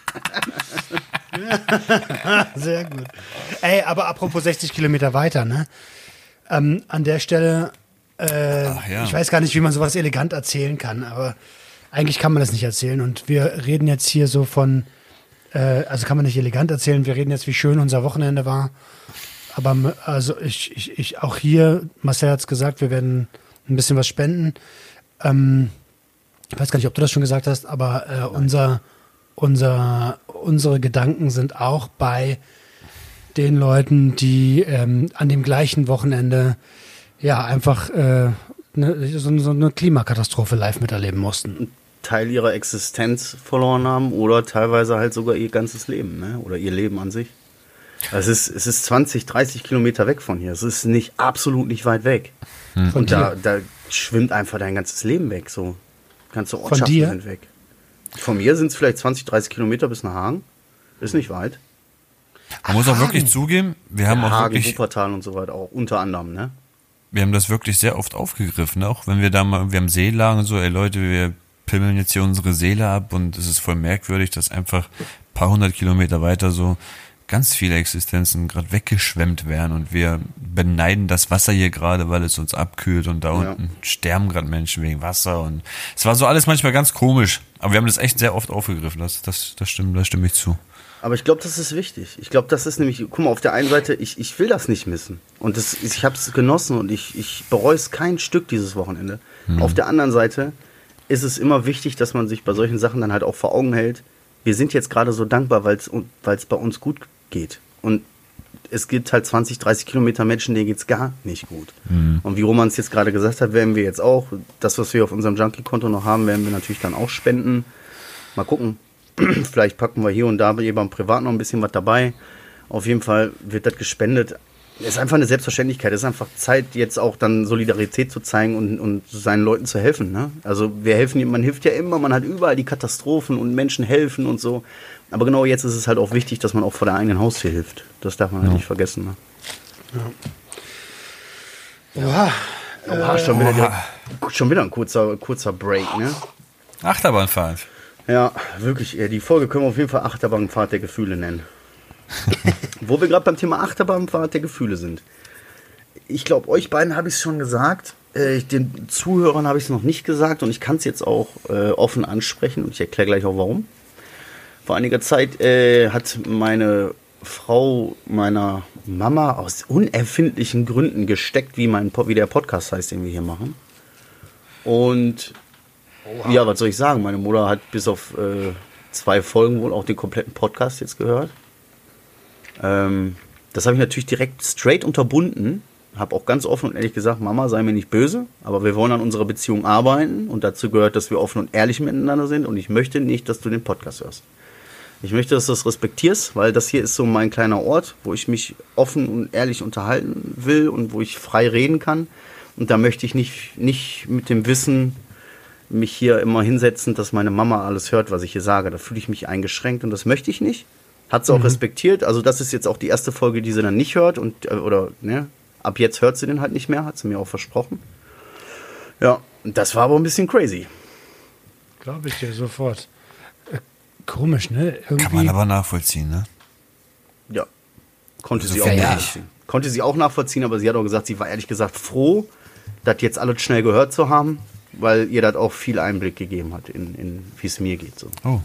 Sehr gut. Ey, aber apropos sechzig Kilometer weiter, ne? Ähm, an der Stelle, äh, ja. ich weiß gar nicht, wie man sowas elegant erzählen kann, aber eigentlich kann man das nicht erzählen. Und wir reden jetzt hier so von, äh, also kann man nicht elegant erzählen, wir reden jetzt, wie schön unser Wochenende war. Aber also ich, ich, ich auch hier, Marcel hat es gesagt, wir werden ein bisschen was spenden. Ähm, ich weiß gar nicht, ob du das schon gesagt hast, aber äh, unser, unser, unsere Gedanken sind auch bei den Leuten, die ähm, an dem gleichen Wochenende ja einfach äh, ne, so, so eine Klimakatastrophe live miterleben mussten. Teil ihrer Existenz verloren haben oder teilweise halt sogar ihr ganzes Leben, ne? Oder ihr Leben an sich. Es ist, es ist zwanzig, dreißig Kilometer weg von hier. Es ist nicht absolut nicht weit weg. Hm. Und da, da schwimmt einfach dein ganzes Leben weg. So ganze Ortschaften sind weg. Von mir sind es vielleicht zwanzig, dreißig Kilometer bis nach Hagen. Ist nicht weit. Man muss auch wirklich zugeben, wir haben ja, auch Hagen, wirklich Wuppertal und so weiter auch unter anderem, ne? Wir haben das wirklich sehr oft aufgegriffen, auch wenn wir da mal, wir haben See lagen und so, ey Leute, wir pimmeln jetzt hier unsere Seele ab und es ist voll merkwürdig, dass einfach ein paar hundert Kilometer weiter so ganz viele Existenzen gerade weggeschwemmt werden und wir beneiden das Wasser hier gerade, weil es uns abkühlt und da Ja. unten sterben gerade Menschen wegen Wasser und es war so alles manchmal ganz komisch, aber wir haben das echt sehr oft aufgegriffen, das, das, das stimmt, da stimme ich zu. Aber ich glaube, das ist wichtig. Ich glaube, das ist nämlich, guck mal, auf der einen Seite, ich, ich will das nicht missen. Und das, ich habe es genossen und ich, ich bereue es kein Stück dieses Wochenende. Mhm. Auf der anderen Seite ist es immer wichtig, dass man sich bei solchen Sachen dann halt auch vor Augen hält. Wir sind jetzt gerade so dankbar, weil es bei uns gut geht. Und es gibt halt zwanzig, dreißig Kilometer Menschen, denen geht es gar nicht gut. Mhm. Und wie Roman es jetzt gerade gesagt hat, werden wir jetzt auch, das, was wir auf unserem Junkie-Konto noch haben, werden wir natürlich dann auch spenden. Mal gucken. Vielleicht packen wir hier und da beim Privat noch ein bisschen was dabei. Auf jeden Fall wird das gespendet. Es ist einfach eine Selbstverständlichkeit. Es ist einfach Zeit, jetzt auch dann Solidarität zu zeigen und, und seinen Leuten zu helfen. Ne? Also wir helfen, man hilft ja immer, man hat überall die Katastrophen und Menschen helfen und so. Aber genau jetzt ist es halt auch wichtig, dass man auch vor der eigenen Haustür hilft. Das darf man halt Ja. nicht vergessen. Ne? Oha. Oha, schon, wieder der, schon wieder ein kurzer, kurzer Break. Ne? Achterbahnfahrt. Ja, wirklich. Ja, die Folge können wir auf jeden Fall Achterbahnfahrt der Gefühle nennen. Wo wir gerade beim Thema Achterbahnfahrt der Gefühle sind. Ich glaube, euch beiden habe ich es schon gesagt. Äh, den Zuhörern habe ich es noch nicht gesagt und ich kann es jetzt auch äh, offen ansprechen und ich erkläre gleich auch warum. Vor einiger Zeit äh, hat meine Frau meiner Mama aus unerfindlichen Gründen gesteckt, wie, mein, wie der Podcast heißt, den wir hier machen. Und ja, was soll ich sagen? Meine Mutter hat bis auf äh, zwei Folgen wohl auch den kompletten Podcast jetzt gehört. Ähm, das habe ich natürlich direkt straight unterbunden. Habe auch ganz offen und ehrlich gesagt, Mama, sei mir nicht böse, aber wir wollen an unserer Beziehung arbeiten und dazu gehört, dass wir offen und ehrlich miteinander sind und ich möchte nicht, dass du den Podcast hörst. Ich möchte, dass du das respektierst, weil das hier ist so mein kleiner Ort, wo ich mich offen und ehrlich unterhalten will und wo ich frei reden kann. Und da möchte ich nicht, nicht mit dem Wissen mich hier immer hinsetzen, dass meine Mama alles hört, was ich hier sage. Da fühle ich mich eingeschränkt und das möchte ich nicht. Hat sie auch Mhm. respektiert. Also das ist jetzt auch die erste Folge, die sie dann nicht hört. Und, äh, oder ne, ab jetzt hört sie den halt nicht mehr, hat sie mir auch versprochen. Ja, das war aber ein bisschen crazy. Glaube ich dir sofort. Äh, komisch, ne? Irgendwie. Kann man aber nachvollziehen, ne? Ja, konnte Also sie auch fair. nachvollziehen. Konnte sie auch nachvollziehen, aber sie hat auch gesagt, sie war ehrlich gesagt froh, das jetzt alles schnell gehört zu haben, weil ihr das auch viel Einblick gegeben hat, in, in wie es mir geht. So. Oh.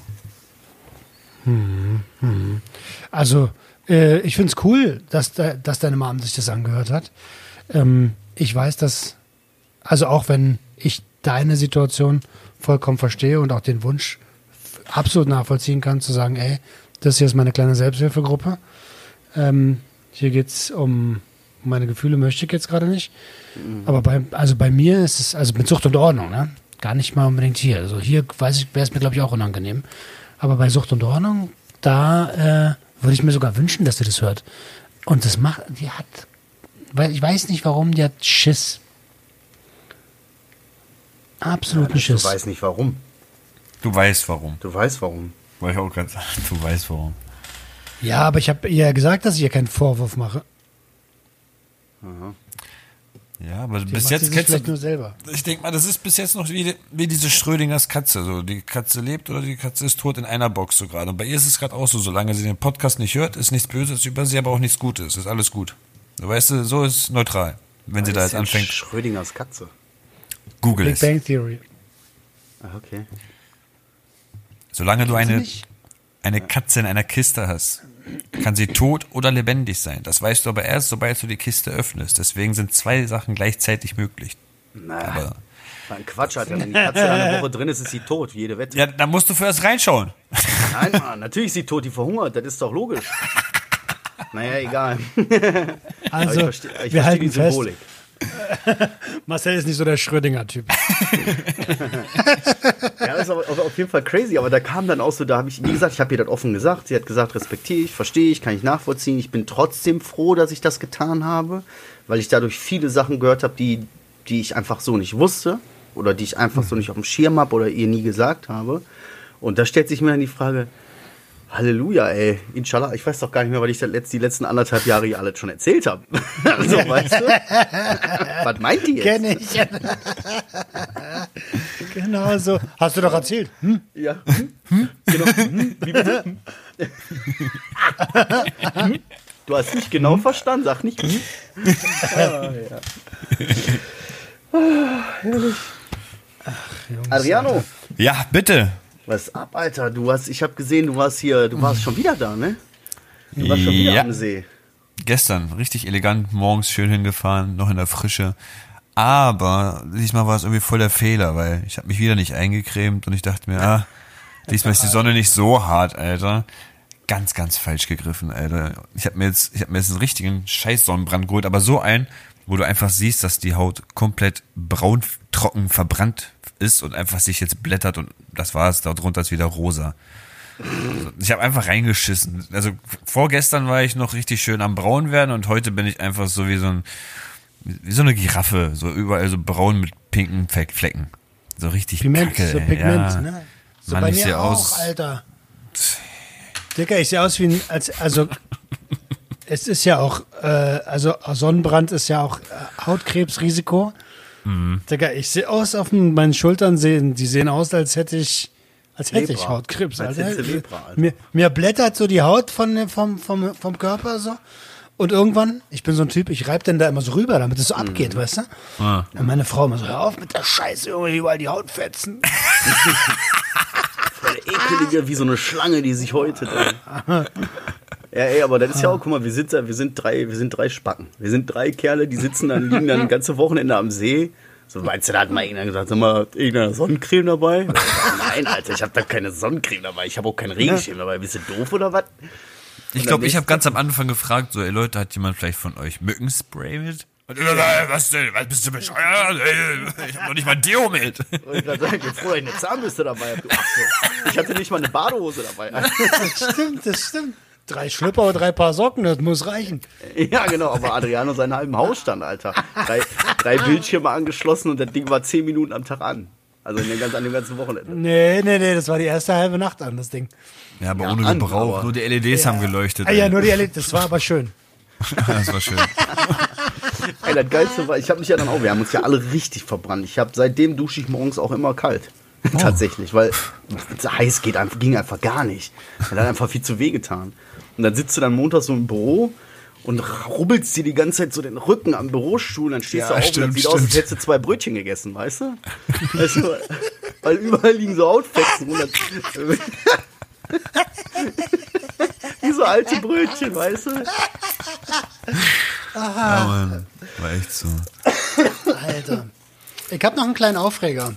Also, äh, ich finde es cool, dass, de, dass deine Mom sich das angehört hat. Ähm, ich weiß, dass, also auch wenn ich deine Situation vollkommen verstehe und auch den Wunsch f- absolut nachvollziehen kann, zu sagen, ey, das hier ist meine kleine Selbsthilfegruppe. Ähm, hier geht es um meine Gefühle, möchte ich jetzt gerade nicht. Aber bei, also bei mir ist es, also mit Sucht und Ordnung, ne? Gar nicht mal unbedingt hier. Also hier weiß ich, wäre es mir, glaube ich, auch unangenehm. Aber bei Sucht und Ordnung, da äh, würde ich mir sogar wünschen, dass sie das hört. Und das macht, die hat, weil ich weiß nicht warum, die hat Schiss. Absoluten Du Schiss. weißt nicht warum. Du weißt warum. Du weißt warum. Wollte ich auch gerade sagen. Du weißt warum. Ja, aber ich habe ihr gesagt, dass ich ihr keinen Vorwurf mache. Ja, aber Die bis macht sie jetzt sich kennst vielleicht du. nur selber. Ich denke mal, das ist bis jetzt noch wie, wie diese Schrödingers Katze. So, die Katze lebt oder die Katze ist tot in einer Box so gerade. Und bei ihr ist es gerade auch so, solange sie den Podcast nicht hört, ist nichts Böses über sie, aber auch nichts Gutes. Ist alles gut. So, weißt du, so ist neutral. Wenn sie da Das jetzt ist ja anfängt, Schrödingers Katze. Google Big es. Bang Theory. Ah, okay. Solange du Kennst du eine, nicht? eine Katze in einer Kiste hast, kann sie tot oder lebendig sein. Das weißt du aber erst, sobald du die Kiste öffnest. Deswegen sind zwei Sachen gleichzeitig möglich. Na, Aber war ein Quatsch, Alter. Wenn die Katze eine Woche drin ist, ist sie tot. Jede Wette. ja, da musst du zuerst reinschauen. Nein, Mann, natürlich ist sie tot. Die verhungert. Das ist doch logisch. Naja, egal. Aber Also, ich verstehe, ich wir verstehe halten die fest, Symbolik. Marcel ist nicht so der Schrödinger-Typ. Ja, das ist aber auf jeden Fall crazy, aber da kam dann auch so, da habe ich, wie gesagt, ich habe ihr das offen gesagt, sie hat gesagt, respektiere ich, verstehe ich, kann ich nachvollziehen, ich bin trotzdem froh, dass ich das getan habe, weil ich dadurch viele Sachen gehört habe, die, die ich einfach so nicht wusste oder die ich einfach so nicht auf dem Schirm habe oder ihr nie gesagt habe. Und da stellt sich mir dann die Frage, Halleluja, ey, Inshallah, ich weiß doch gar nicht mehr, weil ich das letzt, die letzten anderthalb Jahre hier alles schon erzählt habe. Also, weißt du? Was meint die jetzt? Kenn ich. Genau so. Hast du doch erzählt. Hm? Ja. Hm? Genau. Hm? Wie bitte? Hm? Hm? Du hast nicht genau verstanden, sag nicht. Hm? Ah, ja. Ah, herrlich. Ach, Jungs, Adriano, Alter. Ja, bitte. was ab, Alter? Du hast, ich habe gesehen, du warst hier, du warst schon wieder da, ne? Du warst schon wieder Ja. am See. Gestern richtig elegant morgens schön hingefahren, noch in der Frische. Aber diesmal war es irgendwie voll der Fehler, weil ich habe mich wieder nicht eingecremt und ich dachte mir, ah, diesmal ist die Sonne nicht so hart, Alter. Ganz, ganz falsch gegriffen, Alter. Ich habe mir jetzt, ich habe mir jetzt einen richtigen Scheiß Sonnenbrand geholt, aber so einen, wo du einfach siehst, dass die Haut komplett braun, trocken, verbrannt ist und einfach sich jetzt blättert und das war's. Darunter ist wieder rosa. Also, ich habe einfach reingeschissen. Also vorgestern war ich noch richtig schön am braun werden und heute bin ich einfach so wie so ein wie so eine Giraffe, so überall so braun mit pinken Flecken. So richtig Pigment, kacke, so ey. Pigment, ja. ne? So Mann, bei ich mir seh auch, aus- Alter. Dicker, ich sehe aus wie ein, als, also, es ist ja auch, äh, also Sonnenbrand ist ja auch äh, Hautkrebsrisiko. Mhm. Digga, ich sehe aus auf den- meinen Schultern, sehen, die sehen aus, als hätte ich, als hätte ich Lepra. Hautkrebs, Als Alter. hättest du Lepra, Alter. Mir, mir blättert so die Haut von, vom, vom, vom Körper so. Und irgendwann, ich bin so ein Typ, ich reibe den da immer so rüber, damit es so abgeht, weißt du? Ah. Und meine Frau immer so, hör auf mit der Scheiße, irgendwie überall die Haut fetzen. Voll ekelige, wie so eine Schlange, die sich häutet. Ey. Ja, ey, aber das ist ja auch, guck mal, wir sind, da- wir sind drei, wir sind drei Spacken. Wir sind drei Kerle, die sitzen dann, liegen dann ein ganze Wochenende am See. So, meinst du, da hat mal irgendeiner gesagt, sag mal, hat irgendeiner Sonnencreme dabei? Nein, Alter, ich habe da keine Sonnencreme dabei. Ich habe auch keinen Regenschirm dabei. Bist du doof oder was? Ich glaube, ich habe ganz am Anfang gefragt, so, ey Leute, hat jemand vielleicht von euch Mückenspray mit? Und ich so, ey, was denn? Was bist du bescheuert? Ey, ich hab noch nicht mal Deo mit. Und ich gerade sagen, ich bin froh, dass ich eine Zahnbürste dabei habe. Du Affe. Ich hatte nicht mal eine Badehose dabei. Das stimmt, das stimmt. Drei Schlüpper und drei Paar Socken, das muss reichen. Ja, genau, aber Adriano seinen halben Hausstand, Alter. Drei, drei Bildschirme angeschlossen und das Ding war zehn Minuten am Tag an. Also in den ganz, an dem ganzen Wochenende. Nee, nee, nee, das war die erste halbe Nacht an, das Ding. Ja, aber Ja, ohne an, Gebrauch. aber- Nur die L E Ds haben geleuchtet. Ah, ja, ey. nur die Erlebnis, das war aber schön. Das war schön. Ey, das Geilste war, ich habe mich ja dann auch, wir haben uns ja alle richtig verbrannt. Ich habe seitdem dusche ich morgens auch immer kalt. Tatsächlich, weil heiß geht einfach, ging einfach gar nicht. Das hat einfach viel zu weh getan. Und dann sitzt du dann montags so im Büro und rubbelst dir die ganze Zeit so den Rücken am Bürostuhl, dann stehst Ja, du auf und stimmt, dann sieht aus, als stimmt. hättest du zwei Brötchen gegessen, weißt du? Weißt du, weil überall liegen so Hautfetzen rum. Wie so alte Brötchen, weißt du? Ja, Mann. War echt so. Alter. Ich habe noch einen kleinen Aufreger.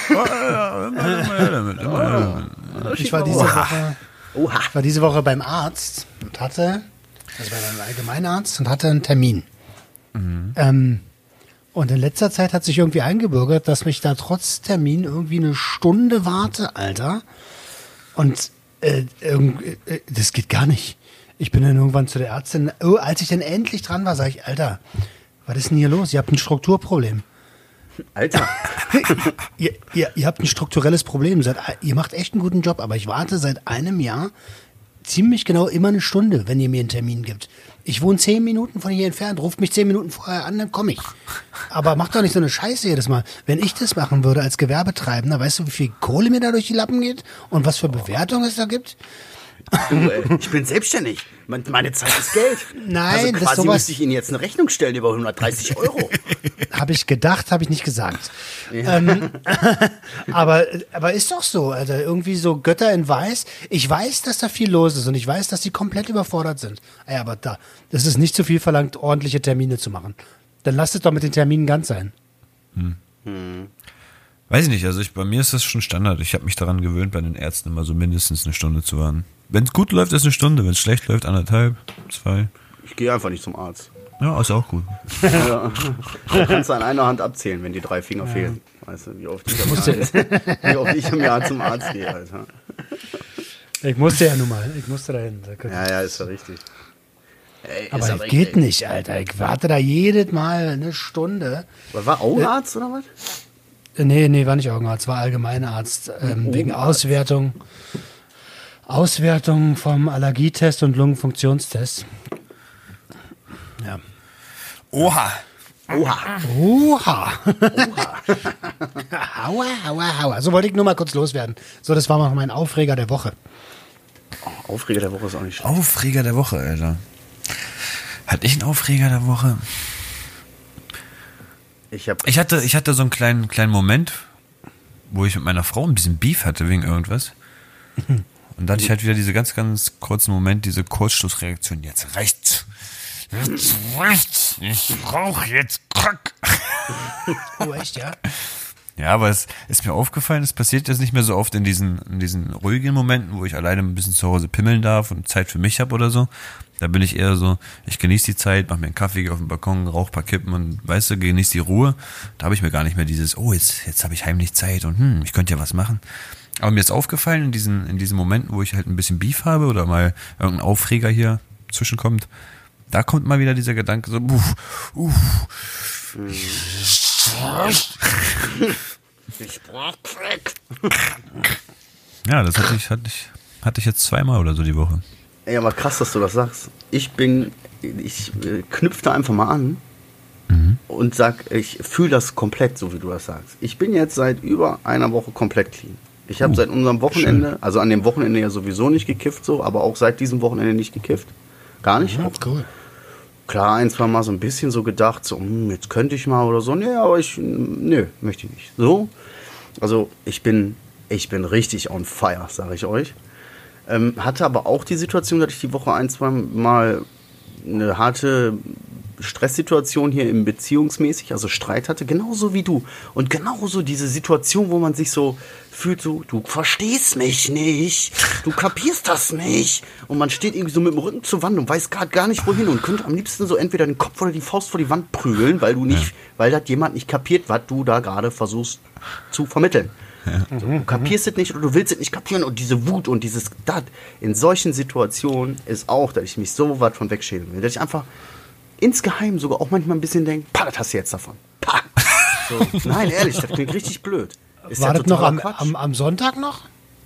Ich war diese Woche, Oha. ich war diese Woche beim Arzt und hatte, das war beim Allgemeinarzt und hatte einen Termin. Ähm, und in letzter Zeit hat sich irgendwie eingebürgert, dass mich da trotz Termin irgendwie eine Stunde warte, Alter. Und äh, irgendwie, äh, das geht gar nicht. Ich bin dann irgendwann zu der Ärztin, oh, als ich dann endlich dran war, sage ich, Alter, was ist denn hier los? Ihr habt ein Strukturproblem. Alter. Ihr, ihr, ihr habt ein strukturelles Problem. Seit, ihr macht echt einen guten Job, aber ich warte seit einem Jahr ziemlich genau immer eine Stunde, wenn ihr mir einen Termin gibt. Ich wohne zehn Minuten von hier entfernt, ruft mich zehn Minuten vorher an, dann komme ich. Aber macht doch nicht so eine Scheiße jedes Mal. Wenn ich das machen würde als Gewerbetreibender, weißt du, wie viel Kohle mir da durch die Lappen geht und was für Bewertungen es da gibt? Du, ey, ich bin selbstständig. Mein- Meine Zeit ist Geld. Nein, also das quasi sowas- müsste ich Ihnen jetzt eine Rechnung stellen über hundertdreißig Euro. Habe ich gedacht, habe ich nicht gesagt. Ähm, aber, aber ist doch so, Alter. Irgendwie so Götter in Weiß. Ich weiß, dass da viel los ist und ich weiß, dass die komplett überfordert sind. Ey, aber da, das ist nicht zu viel verlangt, ordentliche Termine zu machen. Dann lasst es doch mit den Terminen ganz sein. Weiß ich nicht, also ich, bei mir ist das schon Standard. Ich habe mich daran gewöhnt, bei den Ärzten immer so mindestens eine Stunde zu warten. Wenn es gut läuft, ist eine Stunde. Wenn es schlecht läuft, anderthalb, zwei. Ich gehe einfach nicht zum Arzt. Ja, ist auch gut. Ja. Du kannst an einer Hand abzählen, wenn die drei Finger fehlen. Weißt du, wie oft ich, am Jahr, wie oft ich im Jahr zum Arzt gehe, Alter. Ich musste ja nun mal. Ich musste dahin. Ja, ja, ist ja richtig. Ey, ist aber es echt, geht ey. nicht, Alter. Ich warte da jedes Mal eine Stunde. Aber war Augenarzt oder was? Äh, Nee, nee, war nicht Augenarzt, war Allgemeinarzt. Ähm, wegen Auswertung. Auswertung vom Allergietest und Lungenfunktionstest. Ja. Oha! Oha. Oha. Aua, aua, aua. So wollte ich nur mal kurz loswerden. So, das war mal mein Aufreger der Woche. Oh, Aufreger der Woche ist auch nicht schlecht. Aufreger der Woche, Alter. Hatte ich einen Aufreger der Woche? Ich, hab Ich hatte, ich hatte so einen kleinen, kleinen Moment, wo ich mit meiner Frau ein bisschen Beef hatte wegen irgendwas. Und dann hatte ich halt wieder diese ganz, ganz kurzen Moment, diese Kurzschlussreaktion. Jetzt reicht's. Jetzt reicht's. Ich brauche jetzt Crack. Oh, echt, ja? Ja, aber es ist mir aufgefallen, es passiert jetzt nicht mehr so oft in diesen, in diesen ruhigen Momenten, wo ich alleine ein bisschen zu Hause pimmeln darf und Zeit für mich habe oder so. Da bin ich eher so, ich genieße die Zeit, mache mir einen Kaffee, gehe auf den Balkon, rauche ein paar Kippen und, weißt du, genieße die Ruhe. Da habe ich mir gar nicht mehr dieses, oh, jetzt, jetzt habe ich heimlich Zeit und hm, ich könnte ja was machen. Aber mir ist aufgefallen, in diesen, in diesen Momenten, wo ich halt ein bisschen Beef habe oder mal irgendein Aufreger hier zwischenkommt, da kommt mal wieder dieser Gedanke so, uff, uff. Ich brauch Crack. Ja, das hatte ich, hatte ich, hatte ich jetzt zweimal oder so die Woche. Ey, aber krass, dass du das sagst. Ich bin, ich äh, knüpfe da einfach mal an mhm. und sag, ich fühle das komplett, so wie du das sagst. Ich bin jetzt seit über einer Woche komplett clean. Ich habe uh, seit unserem Wochenende, schön. Also an dem Wochenende ja sowieso nicht gekifft, so, aber auch seit diesem Wochenende nicht gekifft. Gar nicht. Ja, cool. Klar, ein, zwei Mal so ein bisschen so gedacht, so, hm, jetzt könnte ich mal oder so. Nee, aber ich, nö, möchte ich nicht. So, also ich bin, ich bin richtig on fire, sage ich euch. Ähm, hatte aber auch die Situation, dass ich die Woche ein, zwei Mal eine harte Stresssituation hier im beziehungsmäßig, also Streit hatte, genauso wie du. Und genauso diese Situation, wo man sich so fühlt, so, du verstehst mich nicht, du kapierst das nicht. Und man steht irgendwie so mit dem Rücken zur Wand und weiß gerade gar nicht wohin und könnte am liebsten so entweder den Kopf oder die Faust vor die Wand prügeln, weil du nicht, ja. weil das jemand nicht kapiert, was du da gerade versuchst zu vermitteln. Ja. Du kapierst es nicht oder du willst es nicht kapieren und diese Wut und dieses dat in solchen Situationen ist auch, dass ich mich so weit von wegschälen will, dass ich einfach insgeheim sogar auch manchmal ein bisschen denke, pah, das hast du jetzt davon. Pah. So, nein, ehrlich, das klingt richtig blöd. Ist War ja das noch am, am, am Sonntag noch?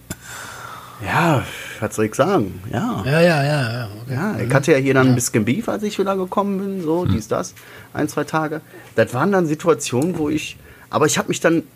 Ja, was soll ich sagen? Ja. Ja, ja, ja. Ja, okay. Ja, ich hatte ja hier dann ein bisschen Beef, als ich wieder gekommen bin, so, dies, das, ein, zwei Tage. Das waren dann Situationen, wo ich, aber ich habe mich dann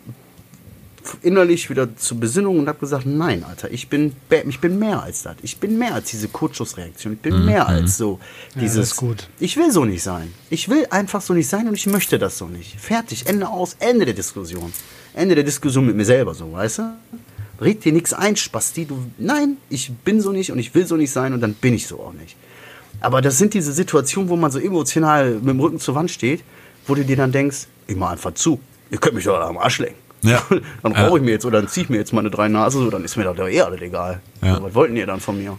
innerlich wieder zur Besinnung und habe gesagt, nein, Alter, ich bin, ich bin mehr als das. Ich bin mehr als diese Kurzschussreaktion. Ich bin Mhm. mehr als so dieses, ja, das ist gut. Ich will so nicht sein. Ich will einfach so nicht sein und ich möchte das so nicht. Fertig, Ende aus, Ende der Diskussion. Ende der Diskussion mit mir selber so, weißt du? Red dir nichts ein, Spasti, du, nein, ich bin so nicht und ich will so nicht sein und dann bin ich so auch nicht. Aber das sind diese Situationen, wo man so emotional mit dem Rücken zur Wand steht, wo du dir dann denkst, ich mach einfach zu. Ihr könnt mich doch am Arsch lecken. Ja. Dann rauche ich mir jetzt oder dann ziehe ich mir jetzt meine drei Nase, so, dann ist mir doch eh alles egal. Ja. Also, was wollten ihr dann von mir?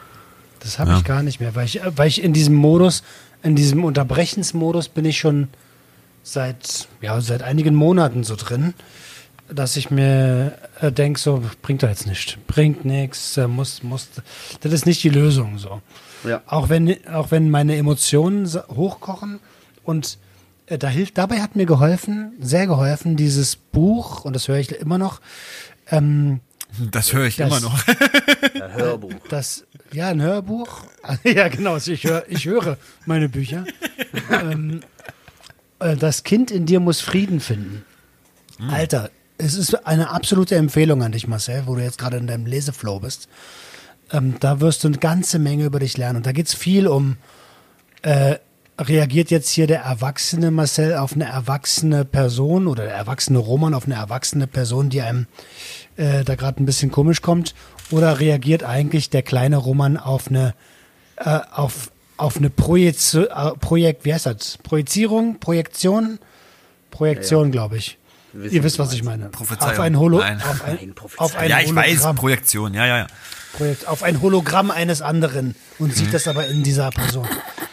Das habe Ja. ich gar nicht mehr, weil ich, weil ich in diesem Modus, in diesem Unterbrechensmodus bin ich schon seit, ja, seit einigen Monaten so drin, dass ich mir äh, denke, so, bringt doch jetzt nichts, bringt nichts, äh, muss, muss, das ist nicht die Lösung, so. Ja. Auch wenn, auch wenn meine Emotionen sa- hochkochen und äh, da hilft, dabei hat mir geholfen, sehr geholfen, dieses Buch, und das höre ich immer noch, ähm, Das höre ich Das- immer noch. Ja, Hörbuch. das, ja, ein Hörbuch. Ja, genau. also Ich, hör, ich höre meine Bücher. ähm, äh, das Kind in dir muss Frieden finden. Alter, es ist eine absolute Empfehlung an dich, Marcel, wo du jetzt gerade in deinem Leseflow bist. Ähm, da wirst du eine ganze Menge über dich lernen. Und da geht es viel um, äh, reagiert jetzt hier der erwachsene Marcel auf eine erwachsene Person oder der erwachsene Roman auf eine erwachsene Person, die einem äh, da gerade ein bisschen komisch kommt, oder reagiert eigentlich der kleine Roman auf eine äh, auf auf eine Projekt, äh, Projekt, wie heißt das? Projizierung, Projektion, Projektion, Ja, ja. glaube ich. Wir wissen, Ihr wisst, was was du ich meine. Prophezeiung. Auf ein Holo, Nein. auf ein, Nein, Prophezeiung. auf ein Ja, ich weiß, Hologramm. Projektion, ja, ja, ja. Projekt, auf ein Hologramm eines anderen und Mhm. sieht das aber in dieser Person.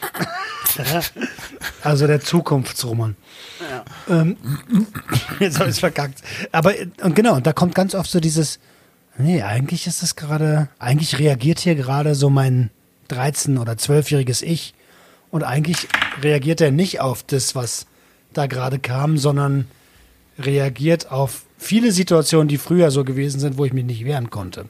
Also der Zukunftsroman. Ähm, jetzt habe ich es verkackt. Aber und genau, und da kommt ganz oft so dieses, nee, eigentlich ist das gerade, eigentlich reagiert hier gerade so mein dreizehn- oder zwölfjähriges Ich und eigentlich reagiert er nicht auf das, was da gerade kam, sondern reagiert auf viele Situationen, die früher so gewesen sind, wo ich mich nicht wehren konnte.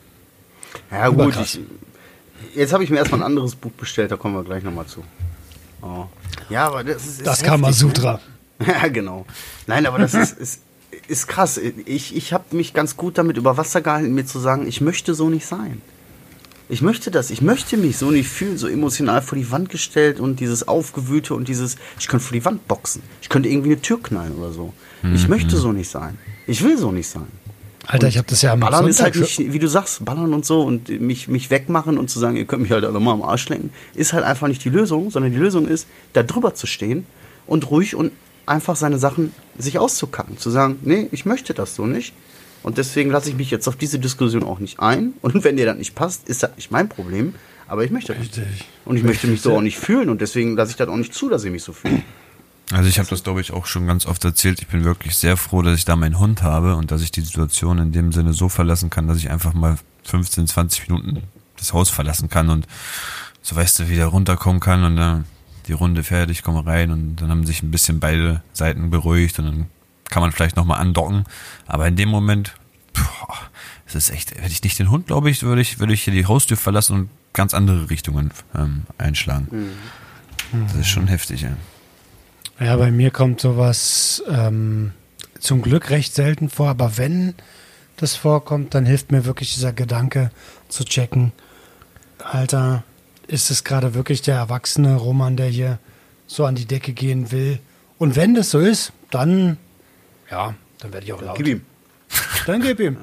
Ja gut, Überkrass. ich, jetzt habe ich mir erstmal ein anderes Buch bestellt, da kommen wir gleich nochmal zu. Oh. Ja, aber das ist. Das ist Kamasutra. Ne? Ja, genau. Nein, aber das ist, ist, ist krass. Ich, ich habe mich ganz gut damit über Wasser gehalten, mir zu sagen, ich möchte so nicht sein. Ich möchte das. Ich möchte mich so nicht fühlen, so emotional vor die Wand gestellt und dieses Aufgewühlte und dieses, ich könnte vor die Wand boxen. Ich könnte irgendwie eine Tür knallen oder so. Mhm. Ich möchte so nicht sein. Ich will so nicht sein. Alter, und ich habe das ja am Ballern Sonntag ist halt nicht, wie du sagst, ballern und so und mich, mich wegmachen und zu sagen, ihr könnt mich halt alle mal am Arsch lenken, ist halt einfach nicht die Lösung, sondern die Lösung ist, da drüber zu stehen und ruhig und einfach seine Sachen sich auszukacken. Zu sagen, nee, ich möchte das so nicht. Und deswegen lasse ich mich jetzt auf diese Diskussion auch nicht ein. Und wenn dir das nicht passt, ist das nicht mein Problem. Aber ich möchte das nicht. Und ich möchte mich so auch nicht fühlen. Und deswegen lasse ich das auch nicht zu, dass ich mich so fühle. Also ich habe das, glaube ich, auch schon ganz oft erzählt. Ich bin wirklich sehr froh, dass ich da meinen Hund habe und dass ich die Situation in dem Sinne so verlassen kann, dass ich einfach mal fünfzehn, zwanzig Minuten das Haus verlassen kann und so, weißt du, wieder runterkommen kann und dann die Runde fertig, komme rein und dann haben sich ein bisschen beide Seiten beruhigt und dann kann man vielleicht nochmal andocken. Aber in dem Moment, boah, es ist echt, hätte ich nicht den Hund, glaube ich, würde ich, würde ich hier die Haustür verlassen und ganz andere Richtungen ähm, einschlagen. Mhm. Das ist schon heftig, ja. Ja, bei mir kommt sowas ähm, zum Glück recht selten vor, aber wenn das vorkommt, dann hilft mir wirklich dieser Gedanke zu checken, Alter, ist es gerade wirklich der erwachsene Roman, der hier so an die Decke gehen will? Und wenn das so ist, dann, ja, dann werde ich auch laut. Gib ihm. Dann gib ihm.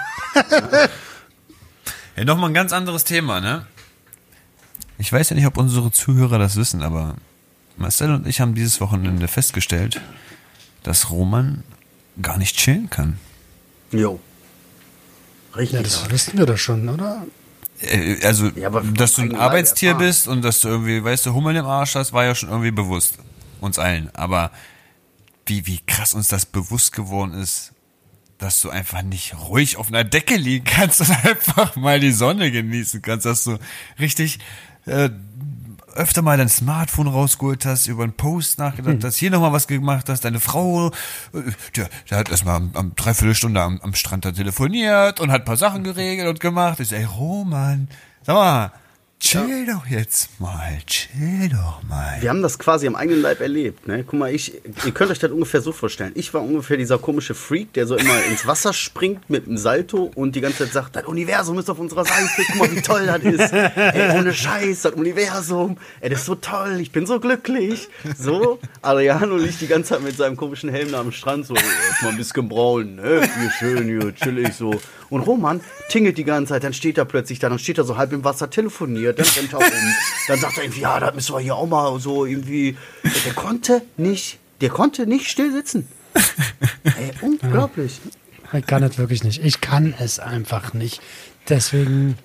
Ja, nochmal ein ganz anderes Thema, ne? Ich weiß ja nicht, ob unsere Zuhörer das wissen, aber Marcel und ich haben dieses Wochenende festgestellt, dass Roman gar nicht chillen kann. Jo. Richtig. Ja, das wissen wir doch schon, oder? Äh, Also, Ja, aber dass du ein eigene Arbeitstier Erfahrung. bist und dass du irgendwie, weißt du, Hummel im Arsch hast, war ja schon irgendwie bewusst. Uns allen. Aber wie, wie krass uns das bewusst geworden ist, dass du einfach nicht ruhig auf einer Decke liegen kannst und einfach mal die Sonne genießen kannst, dass du richtig äh, öfter mal dein Smartphone rausgeholt hast, über einen Post nachgedacht hast, hier nochmal was gemacht hast, deine Frau, äh, der, der hat erstmal am, am Dreiviertelstunde am, am Strand da telefoniert und hat ein paar Sachen geregelt und gemacht. Ich so, ey Roman, sag mal, chill ja. doch jetzt mal, chill doch mal. Wir haben das quasi am eigenen Leib erlebt. Ne? Guck mal, ich, ihr könnt euch das ungefähr so vorstellen. Ich war ungefähr dieser komische Freak, der so immer ins Wasser springt mit einem Salto und die ganze Zeit sagt, das Universum ist auf unserer Seite, guck mal, wie toll das ist. Ey, ohne Scheiß, das Universum, ey, das ist so toll, ich bin so glücklich. So, Adriano liegt die ganze Zeit mit seinem komischen Helm da am Strand, so, erstmal ein bisschen braun, ne? Hier schön, hier chillig so. Und Roman tingelt die ganze Zeit, dann steht er plötzlich da, dann steht er so halb im Wasser, telefoniert, dann rennt er um, dann sagt er irgendwie, ja, da müssen wir hier auch mal so irgendwie, der konnte nicht, der konnte nicht still sitzen. Ey, unglaublich. Ich kann es wirklich nicht. Ich kann es einfach nicht. Deswegen,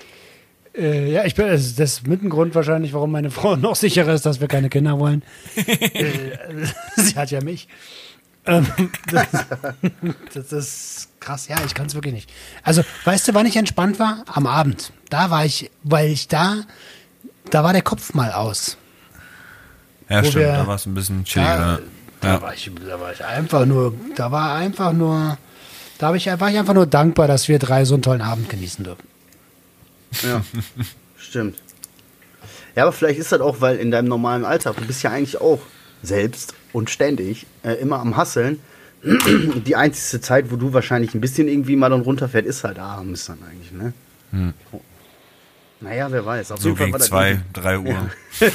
äh, ja, ich bin, das ist mit ein Grund wahrscheinlich, warum meine Frau noch sicherer ist, dass wir keine Kinder wollen. äh, sie hat ja mich. Ähm, das, das ist krass, ja, ich kann es wirklich nicht. Also, weißt du, wann ich entspannt war? Am Abend. Da war ich, weil ich da, da war der Kopf mal aus. Ja, Wo stimmt, wir- da war es ein bisschen Da, chilliger. da, Ja. war ich, da war ich einfach nur, da war einfach nur, da hab ich, war ich einfach nur dankbar, dass wir drei so einen tollen Abend genießen dürfen. Ja, stimmt. Ja, aber vielleicht ist das auch, weil in deinem normalen Alltag, du bist ja eigentlich auch selbst und ständig äh, immer am Hasseln. Die einzige Zeit, wo du wahrscheinlich ein bisschen irgendwie mal dann runterfährt, ist halt abends dann eigentlich, ne? Hm. Naja, wer weiß. Auf So jeden Fall gegen war das zwei, irgendwie- drei Uhr.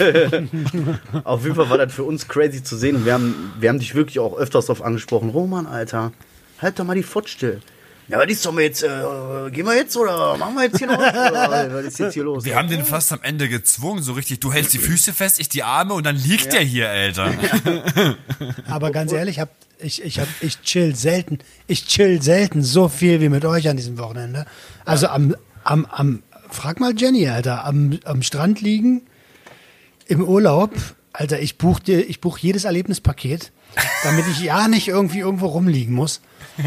Auf jeden Fall war das für uns crazy zu sehen. Und wir haben, wir haben dich wirklich auch öfters darauf angesprochen. Roman, Alter, halt doch mal die Fott still. Ja, was ist doch mal jetzt, äh, gehen wir jetzt oder machen wir jetzt hier noch was? Oder was ist jetzt hier los? Wir haben den fast am Ende gezwungen, so richtig, du hältst die Füße fest, ich die Arme und dann liegt der hier, Alter. Aber ganz ehrlich, hab, ich, ich, hab, ich chill selten, ich chill selten so viel wie mit euch an diesem Wochenende. Also am, am, am frag mal Jenny, Alter, am, am Strand liegen, im Urlaub, Alter, ich buche dir, ich buche jedes Erlebnispaket, damit ich ja nicht irgendwie irgendwo rumliegen muss.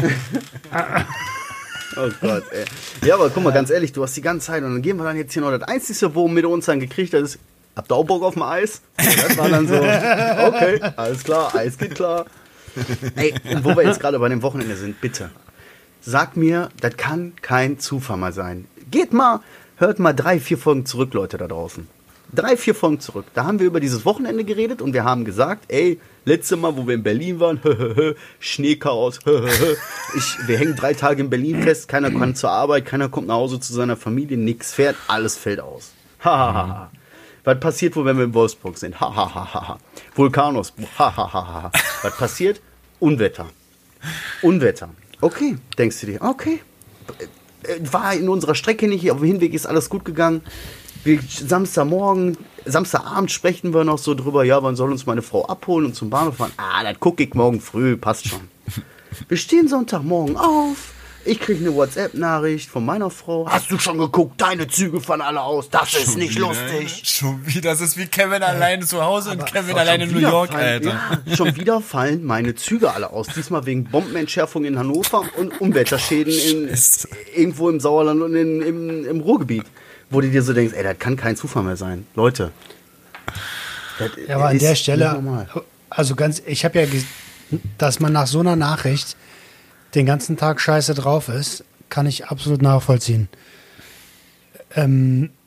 Oh Gott, ey. Ja, aber guck mal, ganz ehrlich, du hast die ganze Zeit und dann gehen wir dann jetzt hier noch das Einzige, wo wir uns dann gekriegt haben, ist, habt ihr auch Bock auf dem Eis? Und das war dann so, okay, alles klar, Eis geht klar. Ey, und wo wir jetzt gerade bei dem Wochenende sind, bitte, sag mir, das kann kein Zufall mal sein. Geht mal, hört mal drei, vier Folgen zurück, Leute da draußen. drei, vier Folgen zurück. Da haben wir über dieses Wochenende geredet und wir haben gesagt, ey, letzte Mal, wo wir in Berlin waren, Schneechaos, ich, wir hängen drei Tage in Berlin fest, keiner kommt zur Arbeit, keiner kommt nach Hause zu seiner Familie, nix fährt, alles fällt aus. Hahaha. Was passiert wohl, wenn wir in Wolfsburg sind? Hahaha. Vulkanausbruch. Hahaha. Was passiert? Unwetter. Unwetter. Okay, denkst du dir, okay. War in unserer Strecke nicht, auf dem Hinweg ist alles gut gegangen. Wir, Samstagmorgen, Samstagabend sprechen wir noch so drüber, ja, wann soll uns meine Frau abholen und zum Bahnhof fahren? Ah, das gucke ich morgen früh, passt schon. Wir stehen Sonntagmorgen auf, ich kriege eine WhatsApp-Nachricht von meiner Frau. Hast du schon geguckt, deine Züge fahren alle aus, das schon ist nicht wieder, lustig. Schon wieder, das ist wie Kevin äh, alleine zu Hause und Kevin alleine in New York, fallen, Alter. Ja, schon wieder fallen meine Züge alle aus, diesmal wegen Bombenentschärfung in Hannover und Umweltschäden in, irgendwo im Sauerland und in, im, im Ruhrgebiet. Wo du dir so denkst, ey, das kann kein Zufall mehr sein. Leute. Ja, aber an der Stelle, also ganz, ich habe ja, dass man nach so einer Nachricht den ganzen Tag scheiße drauf ist, kann ich absolut nachvollziehen. Ähm,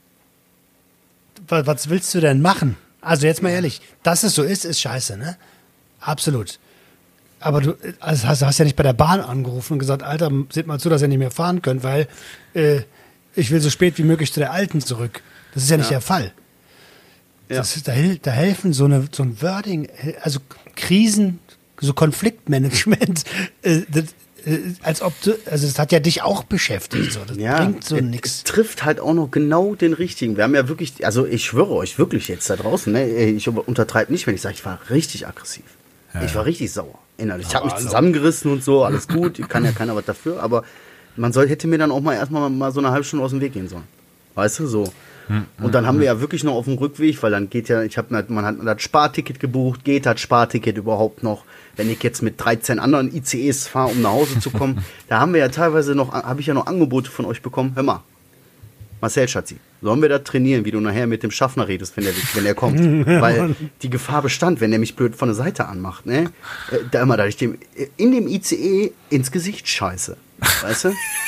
was, was willst du denn machen? Also jetzt mal ehrlich, dass es so ist, ist scheiße, ne? Absolut. Aber du also hast, hast ja nicht bei der Bahn angerufen und gesagt, Alter, seht mal zu, dass ihr nicht mehr fahren könnt, weil äh, ich will so spät wie möglich zu der Alten zurück. Das ist ja nicht ja. der Fall. Ja. Das ist, da, da helfen so, eine, so ein Wording, also Krisen, so Konfliktmanagement, äh, das, äh, als ob du, also das hat ja dich auch beschäftigt. So. Das ja, bringt so nichts. Es trifft halt auch noch genau den richtigen. Wir haben ja wirklich, also ich schwöre euch wirklich jetzt da draußen, ne, ich untertreibe nicht, wenn ich sage, ich war richtig aggressiv. Ja. Ich war richtig sauer innerlich. Ich habe mich zusammengerissen und so, alles gut, kann ja keiner was dafür, aber man soll, hätte mir dann auch mal erstmal mal so eine halbe Stunde aus dem Weg gehen sollen. Weißt du, so. Hm, und dann hm, haben wir ja wirklich noch auf dem Rückweg, weil dann geht ja, ich habe man hat das Sparticket gebucht, geht das Sparticket überhaupt noch, wenn ich jetzt mit dreizehn anderen I C Es fahre, um nach Hause zu kommen, da haben wir ja teilweise noch, habe ich ja noch Angebote von euch bekommen, hör mal, Marcel Schatzi, sollen wir da trainieren, wie du nachher mit dem Schaffner redest, wenn er wenn er kommt, weil die Gefahr bestand, wenn er mich blöd von der Seite anmacht, ne, da immer, da ich dem, in dem I C E ins Gesicht scheiße, weißt du?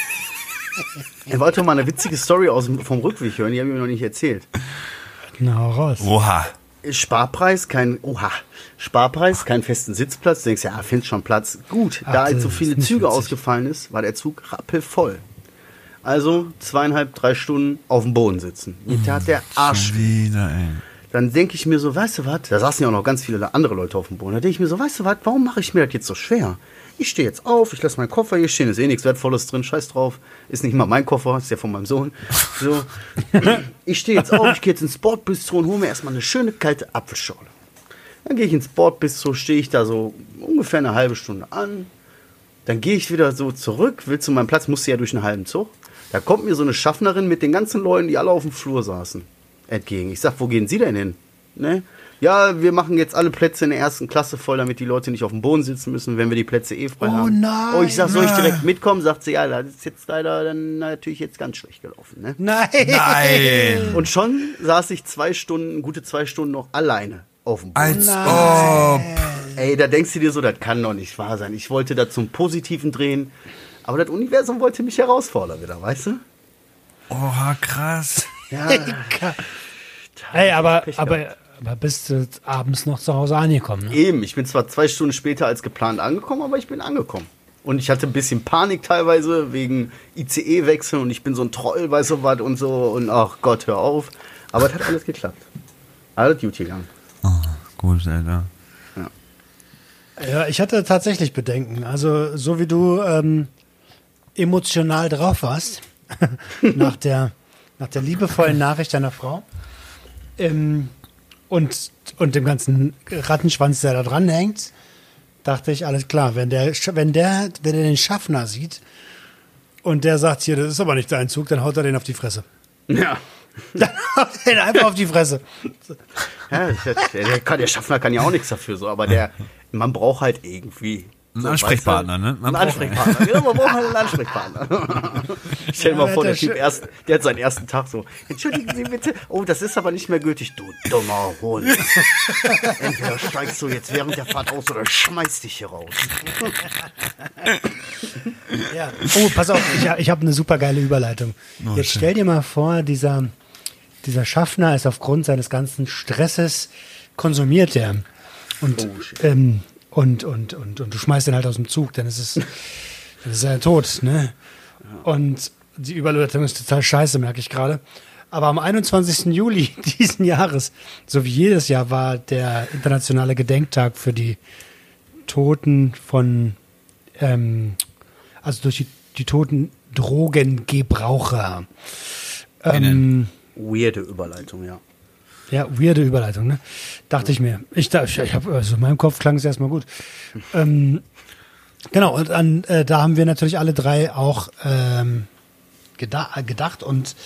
Er wollte mal eine witzige Story aus dem, vom Rückweg hören, die habe ich mir noch nicht erzählt. Na, raus. Oha. Sparpreis, kein, oha, Sparpreis, keinen festen Sitzplatz. Du denkst, ja, findest schon Platz. Gut, Ach, da als so viele Züge witzig. ausgefallen ist, war der Zug rappelvoll. Also zweieinhalb, drei Stunden auf dem Boden sitzen. Mir tat der Arsch. Wieder, ey. Dann denke ich mir so, weißt du was, da saßen ja auch noch ganz viele andere Leute auf dem Boden. Da denke ich mir so, weißt du was, warum mache ich mir das jetzt so schwer? Ich stehe jetzt auf, ich lasse meinen Koffer hier stehen, ist eh nichts Wertvolles drin, scheiß drauf. Ist nicht mal mein Koffer, ist ja von meinem Sohn. So. Ich stehe jetzt auf, ich gehe jetzt ins Bordbistro und hole mir erstmal eine schöne kalte Apfelschorle. Dann gehe ich ins Bordbistro, stehe ich da so ungefähr eine halbe Stunde an. Dann gehe ich wieder so zurück, will zu meinem Platz, musste ja durch einen halben Zug. Da kommt mir so eine Schaffnerin mit den ganzen Leuten, die alle auf dem Flur saßen, entgegen. Ich sag, wo gehen Sie denn hin? Ne? Ja, wir machen jetzt alle Plätze in der ersten Klasse voll, damit die Leute nicht auf dem Boden sitzen müssen, wenn wir die Plätze eh frei oh, haben. Nein, oh, ich sag, soll ich direkt mitkommen? Sagt sie, ja, das ist jetzt leider dann natürlich jetzt ganz schlecht gelaufen. Ne? Nein. Nein. Und schon saß ich zwei Stunden, gute zwei Stunden noch alleine auf dem Boden. Als ob. Ey, da denkst du dir so, das kann doch nicht wahr sein. Ich wollte da zum Positiven drehen, aber das Universum wollte mich herausfordern wieder, weißt du? Oha, krass. Ja. Hey, aber, aber, aber bist du abends noch zu Hause angekommen? Ne? Eben, ich bin zwar zwei Stunden später als geplant angekommen, aber ich bin angekommen. Und ich hatte ein bisschen Panik teilweise wegen I C E-Wechsel und ich bin so ein Troll, weißt du was und so. Und ach Gott, hör auf. Aber es hat alles geklappt. Alles gut gegangen. Oh, gut, Alter. Ja. Ja, ich hatte tatsächlich Bedenken. Also so wie du ähm, emotional drauf warst, nach der, nach der liebevollen Nachricht deiner Frau ähm, und, und dem ganzen Rattenschwanz, der da dran hängt, dachte ich, alles klar, wenn der, wenn der, wenn der den Schaffner sieht und der sagt, hier, das ist aber nicht dein Zug, dann haut er den auf die Fresse. Ja. Dann haut er den einfach auf die Fresse. Ja, der, kann, der Schaffner kann ja auch nichts dafür, so, aber der, man braucht halt irgendwie Ein so, Ansprechpartner, weißt du, ne? Man ein Ansprechpartner. Ja, man braucht halt einen Ansprechpartner. Stell dir Ja, mal vor, der der Typ Sch- erst, der hat seinen ersten Tag so, entschuldigen Sie bitte, oh, das ist aber nicht mehr gültig, du dummer Hund. Entweder steigst du jetzt während der Fahrt aus oder schmeißt dich hier raus. Ja. Oh, pass auf, ich, ich habe eine super geile Überleitung. Oh, Jetzt schön. stell dir mal vor, dieser, dieser Schaffner ist aufgrund seines ganzen Stresses konsumiert er. Und, Oh, shit. ähm, und, und, und, und du schmeißt ihn halt aus dem Zug, dann ist es, dann ist er tot, ne? Und die Überleitung ist total scheiße, merke ich gerade. Aber am einundzwanzigsten Juli diesen Jahres, so wie jedes Jahr, war der internationale Gedenktag für die Toten von, ähm, also durch die, die toten Drogengebraucher. Ähm, Weirde Überleitung, ja. ja, weirde Überleitung, ne? Dachte ich mir. Ich, da- ich, ich habe, also in meinem Kopf klang es erstmal gut. ähm, genau, und an, äh, da haben wir natürlich alle drei auch ähm, geda gedacht. Und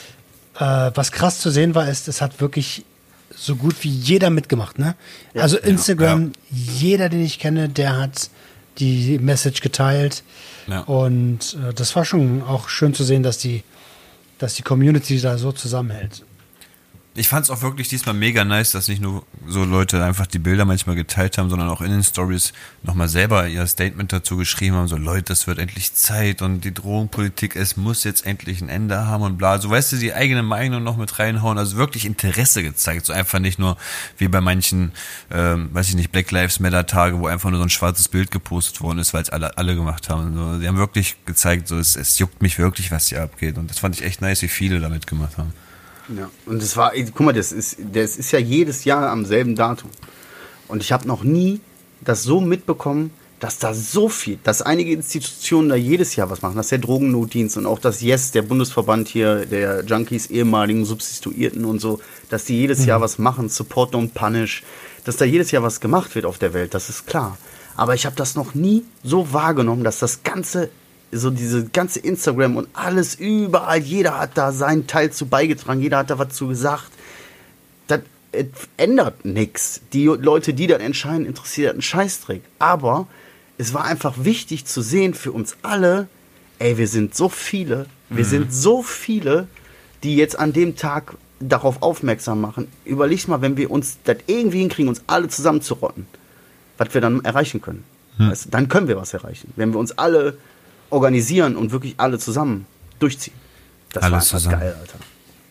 äh, was krass zu sehen war, ist, es hat wirklich so gut wie jeder mitgemacht, ne? Also Instagram, jeder, den ich kenne, der hat die Message geteilt. Ja. Und äh, das war schon auch schön zu sehen, dass die, dass die Community da so zusammenhält. Ich fand es auch wirklich diesmal mega nice, dass nicht nur so Leute einfach die Bilder manchmal geteilt haben, sondern auch in den Stories nochmal selber ihr Statement dazu geschrieben haben, so Leute, es wird endlich Zeit und die Drogenpolitik, es muss jetzt endlich ein Ende haben und bla. So, weißt du, die eigene Meinung noch mit reinhauen, also wirklich Interesse gezeigt, so einfach nicht nur wie bei manchen, ähm, weiß ich nicht, Black Lives Matter Tage, wo einfach nur so ein schwarzes Bild gepostet worden ist, weil es alle, alle gemacht haben. So, die haben wirklich gezeigt, so es, es juckt mich wirklich, was hier abgeht, und das fand ich echt nice, wie viele da mitgemacht haben. Ja, und das war, ey, guck mal, das ist, das ist ja jedes Jahr am selben Datum. Und ich habe noch nie das so mitbekommen, dass da so viel, dass einige Institutionen da jedes Jahr was machen, dass der Drogennotdienst und auch das Yes, der Bundesverband hier, der Junkies, ehemaligen Substituierten und so, dass die jedes Jahr was machen, Support Don't Punish, dass da jedes Jahr was gemacht wird auf der Welt, das ist klar. Aber ich habe das noch nie so wahrgenommen, dass das ganze so diese ganze Instagram und alles überall, jeder hat da seinen Teil zu beigetragen, jeder hat da was zu gesagt. Das äh, ändert nichts. Die Leute, die dann entscheiden, interessiert einen Scheißdreck. Aber es war einfach wichtig zu sehen für uns alle, ey, wir sind so viele, wir mhm. sind so viele, die jetzt an dem Tag darauf aufmerksam machen. Überleg mal, wenn wir uns das irgendwie hinkriegen, uns alle zusammenzurotten, was wir dann erreichen können. Mhm. Weißt du, dann können wir was erreichen. Wenn wir uns alle organisieren und wirklich alle zusammen durchziehen. Das Alles war einfach zusammen. geil, Alter.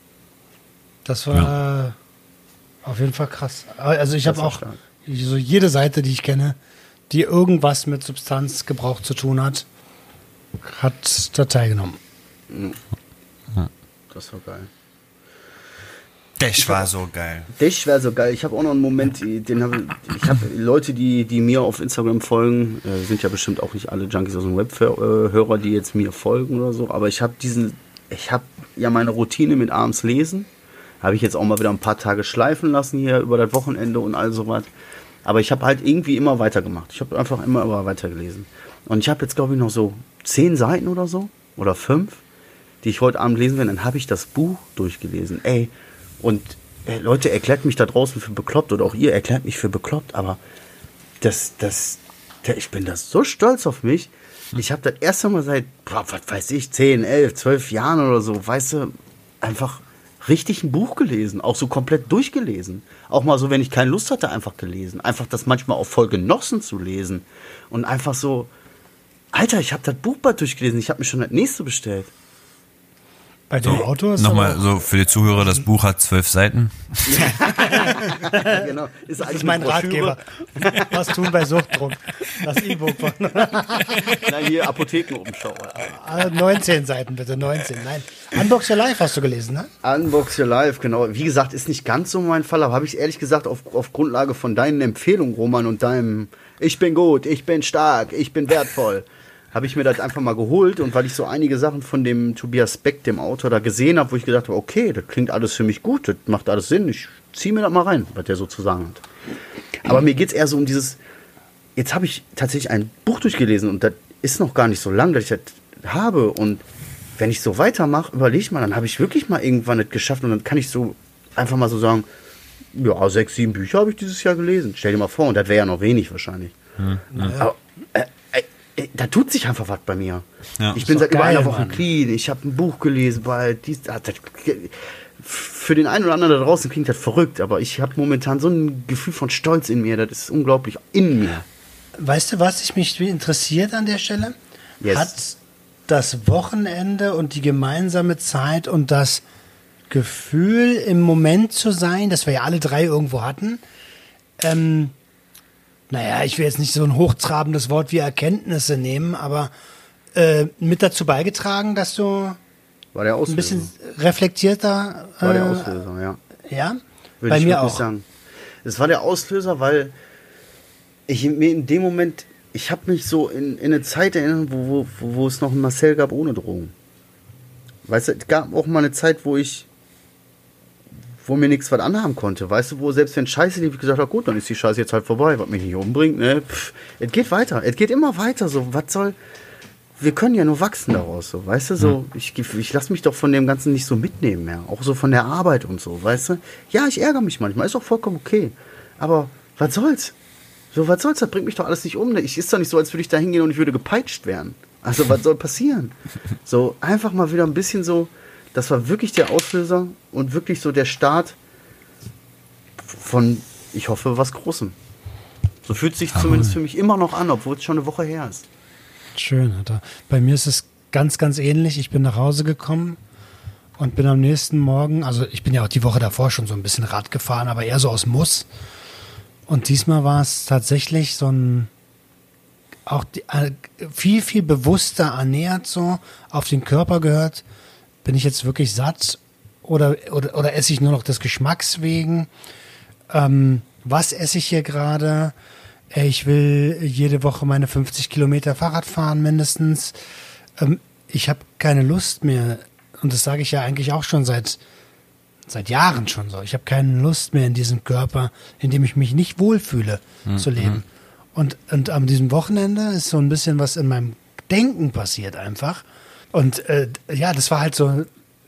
Das war auf jeden Fall krass. Also ich Das habe war auch stark. so jede Seite, die ich kenne, die irgendwas mit Substanzgebrauch zu tun hat, hat da teilgenommen. Das war geil. Das war so geil. Das wäre so geil. Ich habe auch noch einen Moment, den habe ich habe Leute, die, die mir auf Instagram folgen, äh, sind ja bestimmt auch nicht alle Junkies aus dem Web-Hörer, die jetzt mir folgen oder so, aber ich habe diesen, ich habe ja meine Routine mit abends lesen, habe ich jetzt auch mal wieder ein paar Tage schleifen lassen hier über das Wochenende und all sowas. Aber ich habe halt irgendwie immer weitergemacht. Ich habe einfach immer, immer weitergelesen. Und ich habe jetzt, glaube ich, noch so zehn Seiten oder so, oder fünf, die ich heute Abend lesen werde. Dann habe ich das Buch durchgelesen. Ey, und ey, Leute, erklärt mich da draußen für bekloppt, oder auch ihr erklärt mich für bekloppt, aber das, das, der, ich bin da so stolz auf mich. Ich habe das erste Mal seit, boah, was weiß ich, zehn, elf, zwölf Jahren oder so, weißt du, einfach richtig ein Buch gelesen, auch so komplett durchgelesen. Auch mal so, wenn ich keine Lust hatte, einfach gelesen. Einfach das manchmal auch voll genossen zu lesen. Und einfach so, Alter, ich habe das Buch bald durchgelesen, ich habe mir schon das nächste bestellt. Bei dem Autor ist Nochmal aber- so für die Zuhörer, das Buch hat zwölf Seiten. Genau. Ist Das eigentlich ist mein eine Broschüre. Ratgeber. Was tun bei Suchtdruck? Das E-Book von Nein, hier Apothekenumschau. Ah, neunzehn Seiten bitte, neunzehn. Nein. Unbox Your Life hast du gelesen, ne? Unbox Your Life, genau. Wie gesagt, ist nicht ganz so mein Fall, aber habe ich ehrlich gesagt auf, auf Grundlage von deinen Empfehlungen, Roman, und deinem Ich bin gut, ich bin stark, ich bin wertvoll, habe ich mir das einfach mal geholt. Und weil ich so einige Sachen von dem Tobias Beck, dem Autor, da gesehen habe, wo ich gedacht habe, okay, das klingt alles für mich gut, das macht alles Sinn, ich ziehe mir das mal rein, was der so zu sagen hat. Aber mir geht es eher so um dieses, jetzt habe ich tatsächlich ein Buch durchgelesen und das ist noch gar nicht so lang, dass ich das habe. Und wenn ich so weitermache, überlege ich mal, dann habe ich wirklich mal irgendwann das geschafft und dann kann ich so einfach mal so sagen, ja, sechs, sieben Bücher habe ich dieses Jahr gelesen. Stell dir mal vor, und das wäre ja noch wenig wahrscheinlich. Hm, Aber äh, äh, da tut sich einfach was bei mir. Ja. Ich bin Ist doch seit über geil, einer Woche Mann. clean, ich habe ein Buch gelesen, weil dies, ah, das, für den einen oder anderen da draußen klingt das verrückt, aber ich habe momentan so ein Gefühl von Stolz in mir, das ist unglaublich in mir. Weißt du, was sich mich interessiert an der Stelle? Yes. Hat das Wochenende und die gemeinsame Zeit und das Gefühl, im Moment zu sein, das wir ja alle drei irgendwo hatten. Ähm, naja, ich will jetzt nicht so ein hochtrabendes Wort wie Erkenntnisse nehmen, aber äh, mit dazu beigetragen, dass du War der ein Auslöser. bisschen reflektierter... Äh, War der Auslöser, ja. Ja? Würde Bei ich mir wirklich auch. sagen. Es war der Auslöser, weil ich mir in dem Moment, ich habe mich so in, in eine Zeit erinnert, wo, wo, wo es noch einen Marcel gab ohne Drogen. Weißt du, es gab auch mal eine Zeit, wo ich, wo mir nichts was anhaben konnte. Weißt du, wo selbst wenn Scheiße lief, ich gesagt habe, gut, dann ist die Scheiße jetzt halt vorbei, was mich nicht umbringt. Ne? Pff, es geht weiter, es geht immer weiter. So, was soll... Wir können ja nur wachsen daraus, so, weißt du, so, ich, ich lasse mich doch von dem Ganzen nicht so mitnehmen mehr, auch so von der Arbeit und so, weißt du. Ja, ich ärgere mich manchmal, ist auch vollkommen okay, aber was soll's? So, was soll's, das bringt mich doch alles nicht um, ich ist doch nicht so, als würde ich da hingehen und ich würde gepeitscht werden. Also, was soll passieren? So, einfach mal wieder ein bisschen so, das war wirklich der Auslöser und wirklich so der Start von, ich hoffe, was Großem. So fühlt sich zumindest für mich immer noch an, obwohl es schon eine Woche her ist. Schön, Alter. Bei mir ist es ganz, ganz ähnlich. Ich bin nach Hause gekommen und bin am nächsten Morgen, also ich bin ja auch die Woche davor schon so ein bisschen Rad gefahren, aber eher so aus Muss. Und diesmal war es tatsächlich so ein, auch die, äh, viel, viel bewusster ernährt so, auf den Körper gehört. Bin ich jetzt wirklich satt oder, oder, oder esse ich nur noch des Geschmacks wegen? Ähm, was esse ich hier gerade? Ich will jede Woche meine fünfzig Kilometer Fahrrad fahren mindestens. Ähm, ich habe keine Lust mehr, und das sage ich ja eigentlich auch schon seit, seit Jahren schon so. Ich habe keine Lust mehr in diesem Körper, in dem ich mich nicht wohlfühle, mhm. zu leben. Und, und an diesem Wochenende ist so ein bisschen was in meinem Denken passiert einfach. Und äh, ja, das war halt so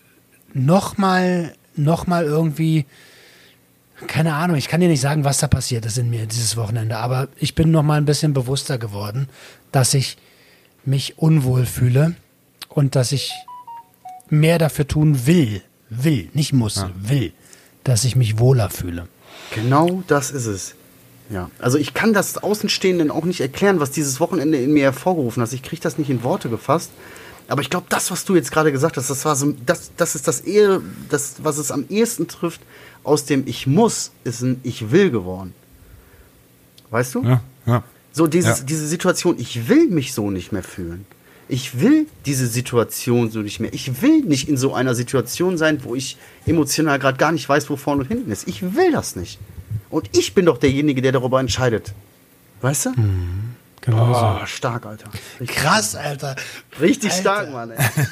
nochmal, nochmal irgendwie... Keine Ahnung, ich kann dir nicht sagen, was da passiert ist in mir dieses Wochenende, aber ich bin noch mal ein bisschen bewusster geworden, dass ich mich unwohl fühle und dass ich mehr dafür tun will, will, nicht muss, ja. will, dass ich mich wohler fühle. Genau das ist es. Ja, also ich kann das Außenstehenden auch nicht erklären, was dieses Wochenende in mir hervorgerufen hat. Ich kriege das nicht in Worte gefasst. Aber ich glaube, das, was du jetzt gerade gesagt hast, das war so, das, das ist das eher, das, was es am ehesten trifft, aus dem Ich muss, ist ein Ich will geworden. Weißt du? Ja, ja. So dieses, ja. diese Situation, ich will mich so nicht mehr fühlen. Ich will diese Situation so nicht mehr. Ich will nicht in so einer Situation sein, wo ich emotional gerade gar nicht weiß, wo vorne und hinten ist. Ich will das nicht. Und ich bin doch derjenige, der darüber entscheidet. Weißt du? Mhm. Genau oh, so. Stark, Alter. Richtig krass, Alter. Richtig Alter. stark, Mann,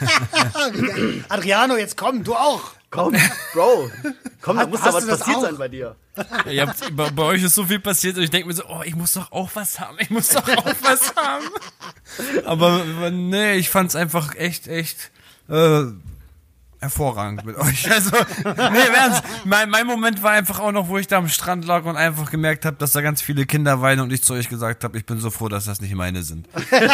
ey. Adriano, jetzt komm, du auch. Komm, Bro. Komm, da muss doch was passiert auch? sein bei dir. Ja, bei, bei euch ist so viel passiert und ich denke mir so, oh, ich muss doch auch was haben. Ich muss doch auch was haben. Aber nee, ich fand's einfach echt, echt äh, hervorragend mit euch. Also, nee, im Ernst. Mein, mein Moment war einfach auch noch, wo ich da am Strand lag und einfach gemerkt habe, dass da ganz viele Kinder weinen und ich zu euch gesagt habe, ich bin so froh, dass das nicht meine sind.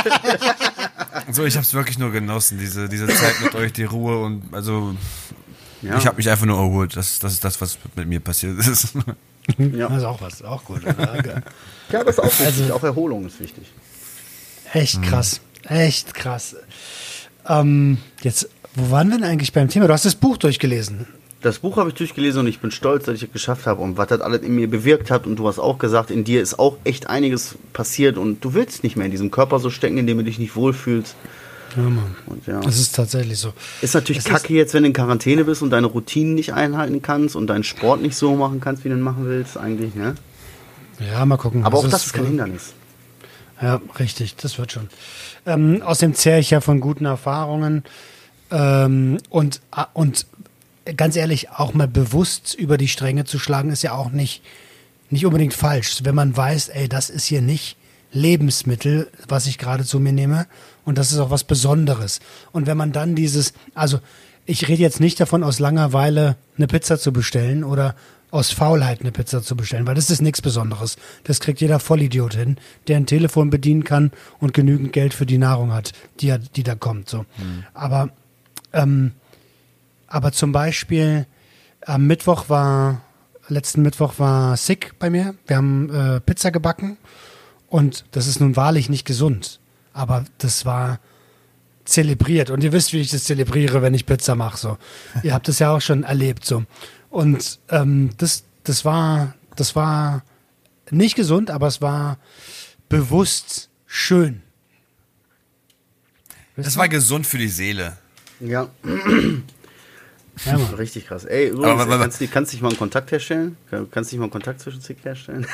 So, ich hab's wirklich nur genossen, diese, diese Zeit mit euch, die Ruhe und also ja. Ich habe mich einfach nur erholt. Das, das ist das, was mit mir passiert ist. Ja. Das ist auch was, auch gut. Oder? Ja, das ist auch wichtig. Also, auch Erholung ist wichtig. Echt krass, echt krass. Ähm, jetzt, wo waren wir denn eigentlich beim Thema? Du hast das Buch durchgelesen. Das Buch habe ich durchgelesen und ich bin stolz, dass ich es geschafft habe und was das alles in mir bewirkt hat. Und du hast auch gesagt, in dir ist auch echt einiges passiert und du willst nicht mehr in diesem Körper so stecken, in dem du dich nicht wohlfühlst. Ja, Mann. Und ja. Das ist tatsächlich so. Ist natürlich es kacke ist jetzt, wenn du in Quarantäne bist und deine Routinen nicht einhalten kannst und deinen Sport nicht so machen kannst, wie du ihn machen willst, eigentlich, ne? Ja, mal gucken. Aber auch das das ist ist kein Hindernis. Ja, richtig, das wird schon. Ähm, außerdem zehre ich ja von guten Erfahrungen ähm, und, und ganz ehrlich, auch mal bewusst über die Stränge zu schlagen, ist ja auch nicht, nicht unbedingt falsch. Wenn man weiß, ey, das ist hier nicht Lebensmittel, was ich gerade zu mir nehme und das ist auch was Besonderes. Und wenn man dann dieses, also ich rede jetzt nicht davon, aus Langeweile eine Pizza zu bestellen oder aus Faulheit eine Pizza zu bestellen, weil das ist nichts Besonderes. Das kriegt jeder Vollidiot hin, der ein Telefon bedienen kann und genügend Geld für die Nahrung hat, die, die da kommt. So. Mhm. Aber, ähm, aber zum Beispiel am Mittwoch war, letzten Mittwoch war Sick bei mir. Wir haben äh, Pizza gebacken und das ist nun wahrlich nicht gesund. Aber das war, zelebriert. Und ihr wisst, wie ich das zelebriere, wenn ich Pizza mache. So. Ihr habt das ja auch schon erlebt. So. Und ähm, das, das, war, das war nicht gesund, aber es war bewusst schön. Das war gesund für die Seele. Ja. Ja, Mann. Richtig krass. Ey, übrigens, Aber, aber, aber- kannst du kannst dich mal einen Kontakt herstellen? Kannst du nicht mal einen Kontakt zwischen Zick herstellen?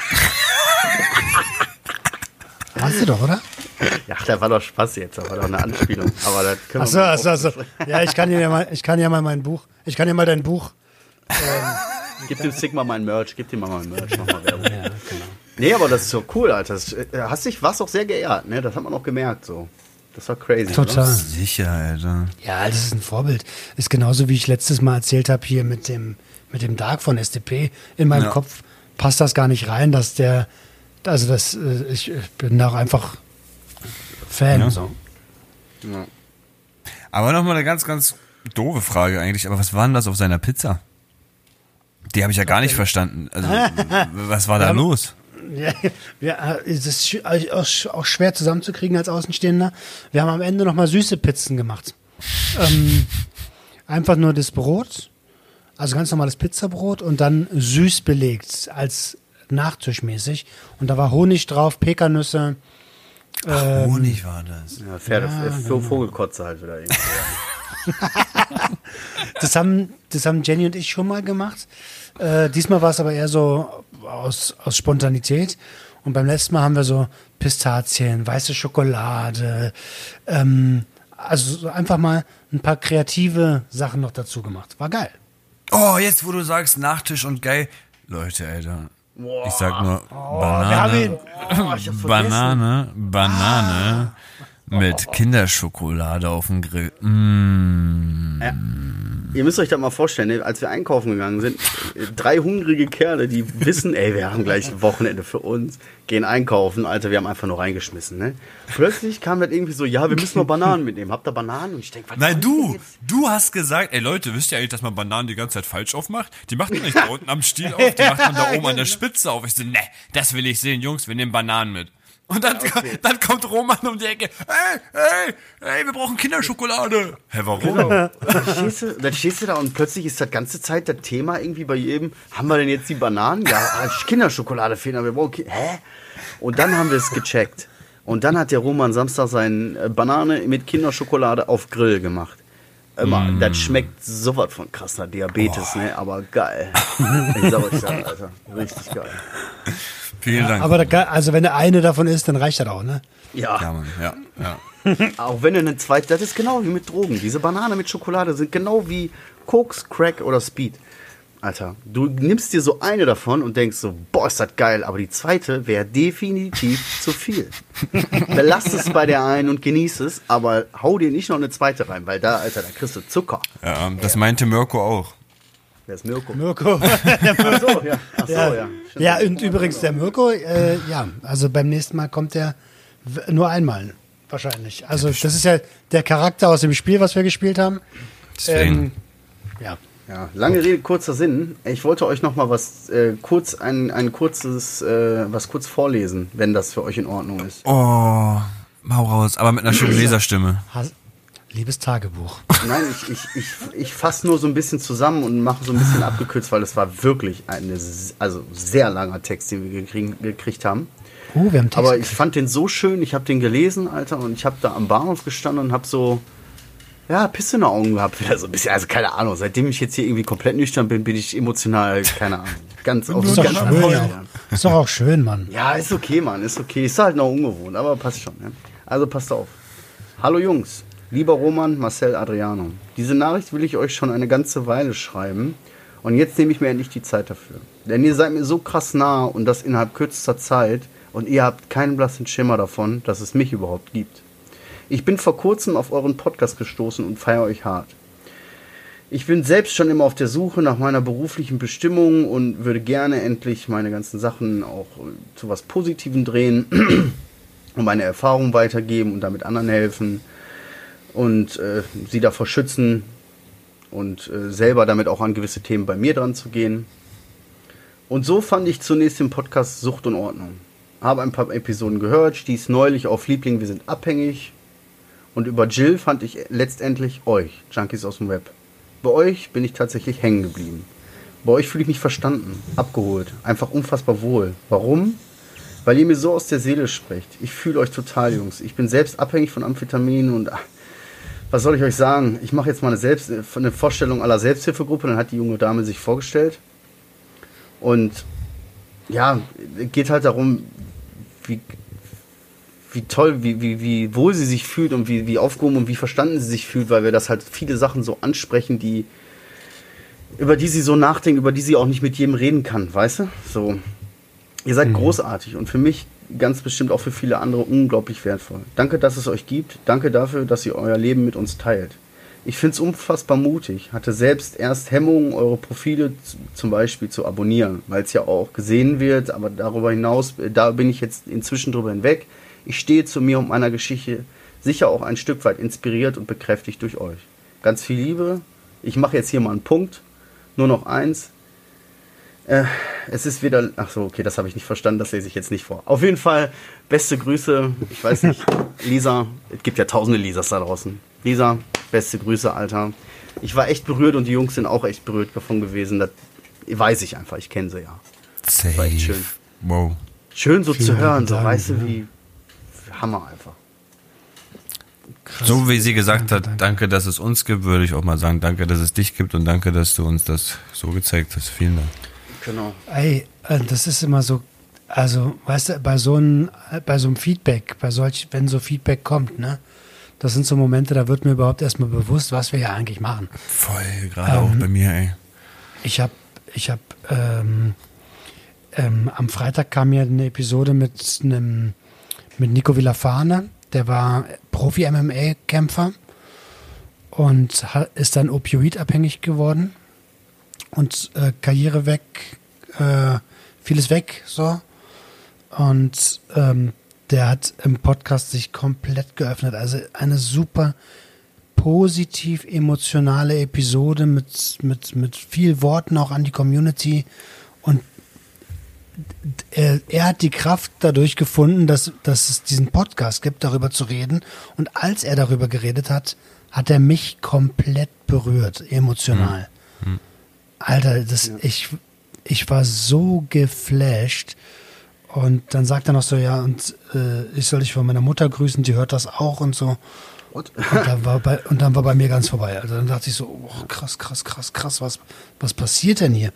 Hast du doch, oder? Ja, da war doch Spaß jetzt, da war doch eine Anspielung. Aber das können wir Achso, mal achso, achso. Ja, ich kann dir ja mal, ich kann ja mal mein Buch, ich kann dir mal dein Buch. Gib dem Zick mal mein Merch, gib dem mal mein Merch, mach mal Werbung. Ja, genau. Nee, aber das ist so cool, Alter. Das, äh, hast dich, warst auch sehr geehrt, ne? Das hat man auch gemerkt, so. Das war crazy. Total. Sicher, Alter. Ja, das ist ein Vorbild. Ist genauso, wie ich letztes Mal erzählt habe, hier mit dem, mit dem Dark von S D P. In meinem Ja. Kopf passt das gar nicht rein, dass der, also das, äh, ich ich bin da auch einfach Fan. Ja. So. Ja. Aber nochmal eine ganz, ganz doofe Frage eigentlich. Aber was war denn das auf seiner Pizza? Die habe ich ja gar nicht verstanden. Also, was war da Ja, los? Ja, ja, es ist sch- auch auch schwer zusammenzukriegen als Außenstehender. Wir haben am Ende nochmal süße Pizzen gemacht. Ähm, einfach nur das Brot, also ganz normales Pizzabrot und dann süß belegt als Nachtischmäßig. Und da war Honig drauf, Pekannüsse. Ähm, Honig war das. Ja, Pferde, Ja, äh, genau. Vogelkotze halt wieder irgendwie. Das haben, das haben Jenny und ich schon mal gemacht. Äh, diesmal war es aber eher so aus, aus Spontanität. Und beim letzten Mal haben wir so Pistazien, weiße Schokolade, ähm, also so einfach mal ein paar kreative Sachen noch dazu gemacht. War geil. Oh, jetzt wo du sagst Nachtisch und geil. Leute, Alter. Ich sag nur Oh, wir haben ihn. Banane. Banane, Banane mit Kinderschokolade auf dem Grill. Mm. Ja. Ihr müsst euch das mal vorstellen, ne? Als wir einkaufen gegangen sind, äh, drei hungrige Kerle, die wissen, ey, wir haben gleich ein Wochenende für uns, gehen einkaufen, Alter, wir haben einfach nur reingeschmissen, ne? Plötzlich kam das irgendwie so, ja, wir müssen noch Bananen mitnehmen. Habt ihr Bananen? Und ich denke, was Nein, soll du, ich jetzt? du hast gesagt, ey Leute, wisst ihr eigentlich, dass man Bananen die ganze Zeit falsch aufmacht? Die macht man nicht da unten am Stiel auf, die macht man da oben an der Spitze auf. Ich so, ne, das will ich sehen, Jungs, wir nehmen Bananen mit. Und dann, okay. dann kommt Roman um die Ecke, ey, ey, ey, wir brauchen Kinderschokolade. Hä, warum? Dann stehst, du, dann stehst du da und plötzlich ist das ganze Zeit das Thema irgendwie bei jedem, haben wir denn jetzt die Bananen? Ja, ah, Kinderschokolade fehlen, aber wir brauchen Ki- Hä? Und dann haben wir es gecheckt. Und dann hat der Roman Samstag seine Banane mit Kinderschokolade auf Grill gemacht. Immer, Mm. das schmeckt sowas von krass nach Diabetes, ne? Aber geil. Ich sag euch das, Alter. Richtig geil. Vielen Dank. Aber da, also wenn der eine davon ist, dann reicht das auch, ne? Ja, ja, Mann, ja, ja. auch wenn du eine zweite, das ist genau wie mit Drogen. Diese Banane mit Schokolade sind genau wie Koks, Crack oder Speed. Alter, du nimmst dir so eine davon und denkst so, boah, ist das geil, aber die zweite wäre definitiv zu viel. Belass es bei der einen und genieß es, aber hau dir nicht noch eine zweite rein, weil da, Alter, da kriegst du Zucker. ja das meinte Mirko auch. Wer ist Mirko? Mirko. Ach so, ja. Ach so, Ja, ja. ja, und übrigens der Mirko, äh, ja, also beim nächsten Mal kommt der w- nur einmal wahrscheinlich. Also das ist ja der Charakter aus dem Spiel, was wir gespielt haben. Deswegen. Ähm, ja. Ja, lange Rede, kurzer Sinn. Ich wollte euch noch mal was äh, kurz ein, ein kurzes äh, was kurz vorlesen, wenn das für euch in Ordnung ist. Oh, hau raus, aber mit einer schönen Leserstimme. Has Liebes Tagebuch. Nein, ich, ich, ich, ich fasse nur so ein bisschen zusammen und mache so ein bisschen abgekürzt, weil es war wirklich ein also sehr langer Text, den wir gekriegen, gekriegt haben. Uh, wir haben Text. Aber ich fand den so schön, ich habe den gelesen, Alter, und ich habe da am Bahnhof gestanden und habe so, ja, Pisse in den Augen gehabt, wieder so ein bisschen, also keine Ahnung, seitdem ich jetzt hier irgendwie komplett nüchtern bin, bin ich emotional, keine Ahnung, ganz auf ist so doch ganz schön, am ja. Feuern. Ist doch auch schön, Mann. Ja, ist okay, Mann, ist okay. Ist halt noch ungewohnt, aber passt schon. Ja? Also passt auf. Hallo Jungs, lieber Roman, Marcel, Adriano. Diese Nachricht will ich euch schon eine ganze Weile schreiben und jetzt nehme ich mir endlich die Zeit dafür. Denn ihr seid mir so krass nah und das innerhalb kürzester Zeit und ihr habt keinen blassen Schimmer davon, dass es mich überhaupt gibt. Ich bin vor kurzem auf euren Podcast gestoßen und feiere euch hart. Ich bin selbst schon immer auf der Suche nach meiner beruflichen Bestimmung und würde gerne endlich meine ganzen Sachen auch zu was Positivem drehen und meine Erfahrungen weitergeben und damit anderen helfen und äh, sie davor schützen und äh, selber damit auch an gewisse Themen bei mir dran zu gehen. Und so fand ich zunächst den Podcast Sucht und Ordnung. Habe ein paar Episoden gehört, stieß neulich auf Liebling, wir sind abhängig Und über Jill fand ich letztendlich euch, Junkies aus dem Web. Bei euch bin ich tatsächlich hängen geblieben. Bei euch fühle ich mich verstanden, abgeholt, einfach unfassbar wohl. Warum? Weil ihr mir so aus der Seele sprecht. Ich fühle euch total, Jungs. Ich bin selbst abhängig von Amphetamin und ach, was soll ich euch sagen? Ich mache jetzt mal eine, Selbst, eine Vorstellung aller Selbsthilfegruppe. Dann hat die junge Dame sich vorgestellt. Und ja, geht halt darum, wie, wie toll, wie, wie, wie wohl sie sich fühlt und wie, wie aufgehoben und wie verstanden sie sich fühlt, weil wir das halt viele Sachen so ansprechen, die über die sie so nachdenkt, über die sie auch nicht mit jedem reden kann, weißt du? So. Ihr seid mhm. großartig und für mich ganz bestimmt auch für viele andere unglaublich wertvoll. Danke, dass es euch gibt. Danke dafür, dass ihr euer Leben mit uns teilt. Ich finde es unfassbar mutig. Hatte selbst erst Hemmungen, eure Profile z- zum Beispiel zu abonnieren, weil es ja auch gesehen wird, aber darüber hinaus, da bin ich jetzt inzwischen drüber hinweg. Ich stehe zu mir und meiner Geschichte sicher auch ein Stück weit inspiriert und bekräftigt durch euch. Ganz viel Liebe. Ich mache jetzt hier mal einen Punkt. Nur noch eins. Äh, es ist wieder... Ach so, okay, das habe ich nicht verstanden. Das lese ich jetzt nicht vor. Auf jeden Fall, beste Grüße. Ich weiß nicht, Lisa. Es gibt ja tausende Lisas da draußen. Lisa, beste Grüße, Alter. Ich war echt berührt und die Jungs sind auch echt berührt davon gewesen. Das weiß ich einfach. Ich kenne sie ja. Safe. War echt schön. Wow. Schön so Vielen zu hören. So, Dank, weißt du, ja. wie... Hammer einfach. Krass. So wie sie gesagt Danke, hat, danke. danke, dass es uns gibt, würde ich auch mal sagen, danke, dass es dich gibt und danke, dass du uns das so gezeigt hast. Vielen Dank. Genau. Ey, äh, das ist immer so, also, weißt du, bei so einem, bei so einem Feedback, bei solch, wenn so Feedback kommt, ne, das sind so Momente, da wird mir überhaupt erstmal bewusst, was wir ja eigentlich machen. Voll, gerade Ähm, auch bei mir, ey. Ich habe, ich habe, ähm, ähm, am Freitag kam mir eine Episode mit einem, mit Nico Villafane, der war Profi-M M A-Kämpfer und ha- ist dann opioidabhängig geworden und äh, Karriere weg, äh, vieles weg, so. Und ähm, der hat im Podcast sich komplett geöffnet. Also eine super positiv emotionale Episode mit, mit, mit viel Worten auch an die Community. Und er, er hat die Kraft dadurch gefunden, dass, dass es diesen Podcast gibt, darüber zu reden. Und als er darüber geredet hat, hat er mich komplett berührt, emotional. Mhm. Alter, das, ich, ich war so geflasht. Und dann sagt er noch so, ja, und äh, ich soll dich von meiner Mutter grüßen, die hört das auch und so. What? Und dann war bei, und dann war bei mir ganz vorbei. Also dann dachte ich so, oh, krass, krass, krass, krass, was, was passiert denn hier?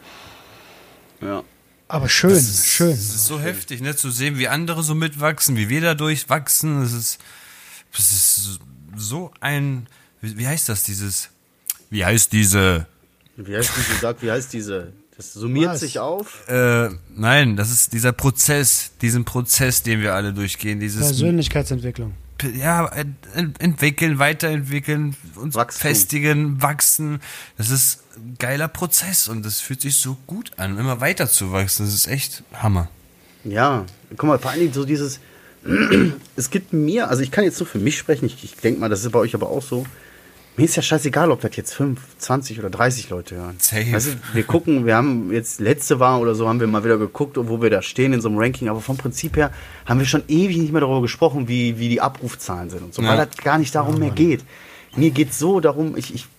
Ja. Aber schön, Das ist, schön. Das ist so heftig, ne, zu sehen, wie andere so mitwachsen, wie wir dadurch wachsen. Das ist, das ist so ein, wie, wie heißt das, dieses, wie heißt diese, Wie heißt diese, sag, wie heißt diese? Das summiert Was? sich auf. äh, nein, das ist dieser Prozess, diesen Prozess, den wir alle durchgehen, dieses, Persönlichkeitsentwicklung. ja, ent- entwickeln, weiterentwickeln, uns Wachstum. festigen, wachsen. Das ist ein geiler Prozess und das fühlt sich so gut an, immer weiter zu wachsen. Das ist echt Hammer. Ja, guck mal, vor allen Dingen so dieses, es gibt mir, also ich kann jetzt nur für mich sprechen, ich, ich denke mal, das ist bei euch aber auch so, mir ist ja scheißegal, ob das jetzt fünf, zwanzig oder dreißig Leute hören. Safe. Weißt du, wir gucken, wir haben jetzt, letzte war oder so, haben wir mal wieder geguckt, wo wir da stehen in so einem Ranking, aber vom Prinzip her haben wir schon ewig nicht mehr darüber gesprochen, wie, wie die Abrufzahlen sind und so, Ja. weil das gar nicht darum mehr geht. Mir geht es so darum, ich, ich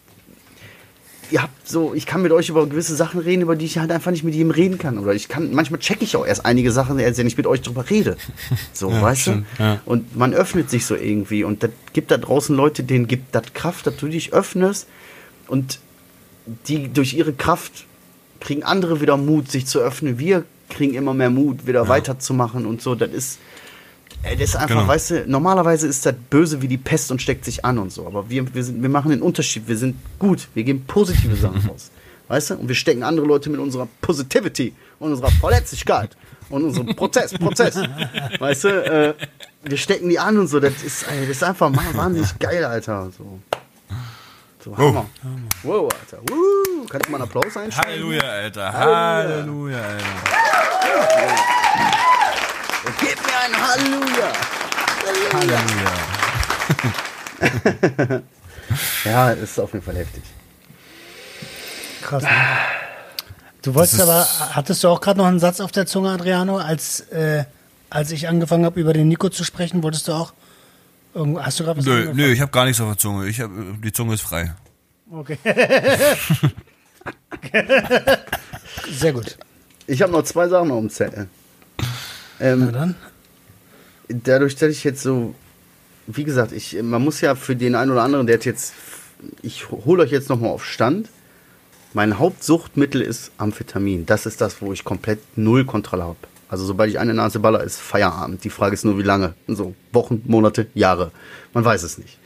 ihr habt so, ich kann mit euch über gewisse Sachen reden, über die ich halt einfach nicht mit jedem reden kann. Oder ich kann, manchmal checke ich auch erst einige Sachen, als wenn ich mit euch drüber rede. So, Ja, weißt stimmt, du? ja. Und man öffnet sich so irgendwie. Und das gibt da draußen Leute, denen gibt das Kraft, dass du dich öffnest. Und die durch ihre Kraft kriegen andere wieder Mut, sich zu öffnen. Wir kriegen immer mehr Mut, wieder weiterzumachen und so. Das ist, ey, das ist einfach, Genau. weißt du, normalerweise ist das böse wie die Pest und steckt sich an und so. Aber wir, wir, sind, wir machen den Unterschied. Wir sind gut. Wir geben positive Sachen raus. Weißt du? Und wir stecken andere Leute mit unserer Positivity und unserer Verletzlichkeit und unserem Prozess, Prozess. Weißt du? Äh, wir stecken die an und so. Das ist, ey, das ist einfach mal wahnsinnig geil, Alter. So, so Hammer. Wow, Alter. Woo. Kannst du mal einen Applaus einstellen? Halleluja, Alter. Halleluja. Halleluja, Alter. Gib mir ein Halleluja. Halleluja. Ja, ist auf jeden Fall heftig. Krass. Ne? Du wolltest aber, hattest du auch gerade noch einen Satz auf der Zunge, Adriano, als, äh, als ich angefangen habe, über den Nico zu sprechen, wolltest du auch Irgendwo, hast du gerade was Nö, angefangen? nö, ich habe gar nichts auf der Zunge. Ich hab, die Zunge ist frei. Okay. Sehr gut. Ich habe noch zwei Sachen auf dem Zettel. Ähm, Na dann. dadurch, dass ich jetzt so, wie gesagt, ich, man muss ja für den einen oder anderen, der hat jetzt, ich hole euch jetzt nochmal auf Stand. Mein Hauptsuchtmittel ist Amphetamin. Das ist das, wo ich komplett null Kontrolle habe. Also sobald ich eine Nase baller, ist Feierabend. Die Frage ist nur, wie lange. So Wochen, Monate, Jahre. Man weiß es nicht.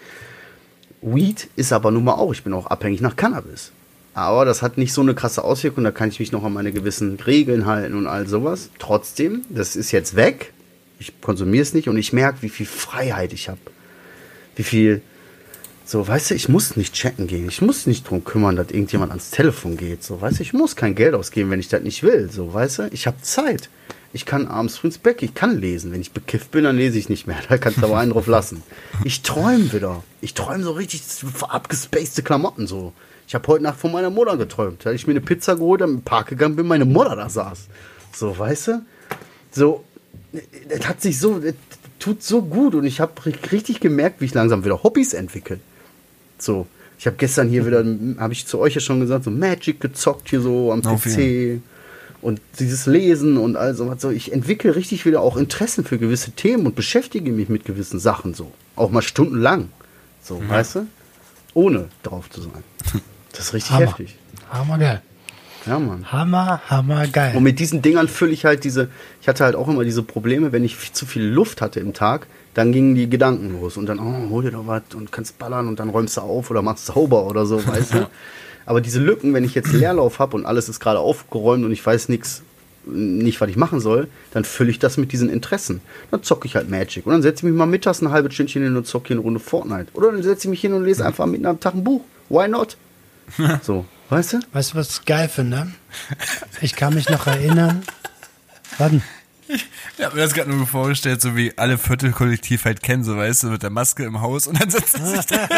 Weed ist aber nun mal auch, ich bin auch abhängig nach Cannabis. Aber das hat nicht so eine krasse Auswirkung, da kann ich mich noch an meine gewissen Regeln halten und all sowas. Trotzdem, das ist jetzt weg. Ich konsumiere es nicht und ich merke, wie viel Freiheit ich habe. Wie viel, so, weißt du, ich muss nicht checken gehen. Ich muss nicht drum kümmern, dass irgendjemand ans Telefon geht. So, weißt du, ich muss kein Geld ausgeben, wenn ich das nicht will. So, weißt du, ich habe Zeit. Ich kann abends früh ins Bett, ich kann lesen. Wenn ich bekifft bin, dann lese ich nicht mehr. Da kannst du aber einen drauf lassen. Ich träume wieder. Ich träume so richtig abgespacede Klamotten so. Ich habe heute Nacht von meiner Mutter geträumt. Da habe ich mir eine Pizza geholt, dann im Park gegangen bin, meine Mutter da saß. So, weißt du? So, das hat sich so, das tut so gut und ich habe richtig gemerkt, wie ich langsam wieder Hobbys entwickle. So, ich habe gestern hier wieder, habe ich zu euch ja schon gesagt, so Magic gezockt hier so am P C und dieses Lesen und all so was. So, ich entwickle richtig wieder auch Interessen für gewisse Themen und beschäftige mich mit gewissen Sachen so. Auch mal stundenlang. So, mhm. Weißt du? Ohne drauf zu sein. Das ist richtig Hammer. heftig. Hammergeil. Ja, Mann. Hammer, hammergeil. Und mit diesen Dingern fülle ich halt diese, ich hatte halt auch immer diese Probleme, wenn ich zu viel Luft hatte im Tag, dann gingen die Gedanken los und dann, oh, hol dir doch was und kannst ballern und dann räumst du auf oder machst sauber oder so, weißt du. Aber diese Lücken, wenn ich jetzt Leerlauf habe und alles ist gerade aufgeräumt und ich weiß nichts, nicht, was ich machen soll, dann fülle ich das mit diesen Interessen. Dann zocke ich halt Magic. Und dann setze ich mich mal mittags ein halbes Stündchen hin und zocke hier eine Runde Fortnite. Oder dann setze ich mich hin und lese einfach mitten am Tag ein Buch. Why not? So, weißt du? Weißt du, was ich geil finde? Ich kann mich noch erinnern. Warte. Ich habe mir das gerade nur vorgestellt, so wie alle Viertelkollektiv halt kennen, so weißt du, mit der Maske im Haus und dann sitzt er sich da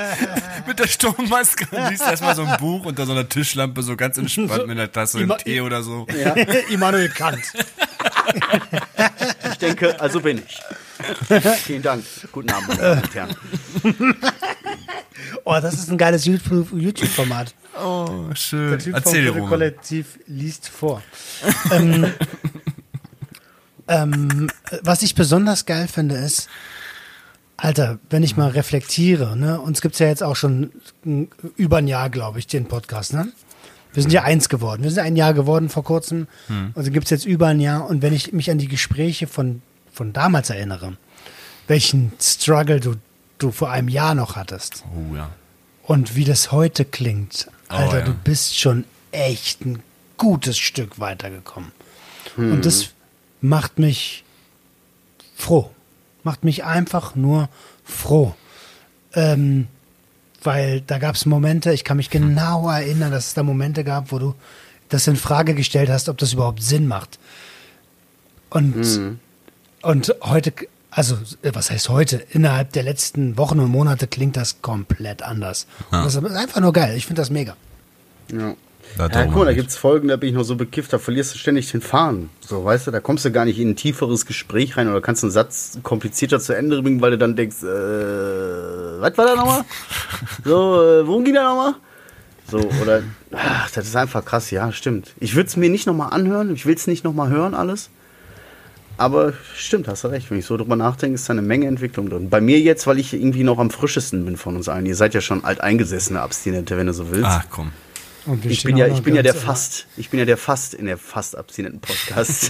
mit der Sturmmaske und liest erstmal so ein Buch unter so einer Tischlampe, so ganz entspannt mit einer Tasse Ima- Tee oder so. Ja. Immanuel Kant. Ich denke, also bin ich. Vielen Dank. Guten Abend, meine Damen und Herren. Oh, das ist ein geiles YouTube- YouTube-Format. Oh, Der schön. Typ Erzähl dir, vom Roman. Kollektiv liest vor. ähm, ähm, was ich besonders geil finde, ist, Alter, wenn ich mal reflektiere, ne, uns gibt's ja jetzt auch schon m, über ein Jahr, glaube ich, den Podcast, ne? Wir sind ja eins geworden. Wir sind ein Jahr geworden vor kurzem. Hm. Und so gibt's jetzt über ein Jahr. Und wenn ich mich an die Gespräche von, von damals erinnere, welchen Struggle du, du vor einem Jahr noch hattest Oh ja. und wie das heute klingt, Alter, Oh, ja. du bist schon echt ein gutes Stück weitergekommen. Und das macht mich froh. Macht mich einfach nur froh. Ähm, weil da gab es Momente, ich kann mich genau erinnern, dass es da Momente gab, wo du das in Frage gestellt hast, ob das überhaupt Sinn macht. Und, und heute, also was heißt heute? Innerhalb der letzten Wochen und Monate klingt das komplett anders. Und das ist einfach nur geil. Ich finde das mega. Ja. Da Ja, darum cool, da nicht. gibt es Folgen, da bin ich noch so bekifft, da verlierst du ständig den Faden. So, weißt du, da kommst du gar nicht in ein tieferes Gespräch rein oder kannst einen Satz komplizierter zu Ende bringen, weil du dann denkst, äh, was war da nochmal? So, äh, worum ging da nochmal? So, oder, ach, das ist einfach krass, ja, stimmt. Ich würde es mir nicht nochmal anhören, ich will es nicht nochmal hören, alles. Aber stimmt, hast du recht, wenn ich so drüber nachdenke, ist da eine Menge Entwicklung drin. Bei mir jetzt, weil ich irgendwie noch am frischesten bin von uns allen. Ihr seid ja schon alteingesessene Abstinente, wenn du so willst. Ach komm. Und wir Ich stehen bin ja, auch noch ich bin ja der ganz- fast, ich bin ja der fast in der fast abstinenten Podcast.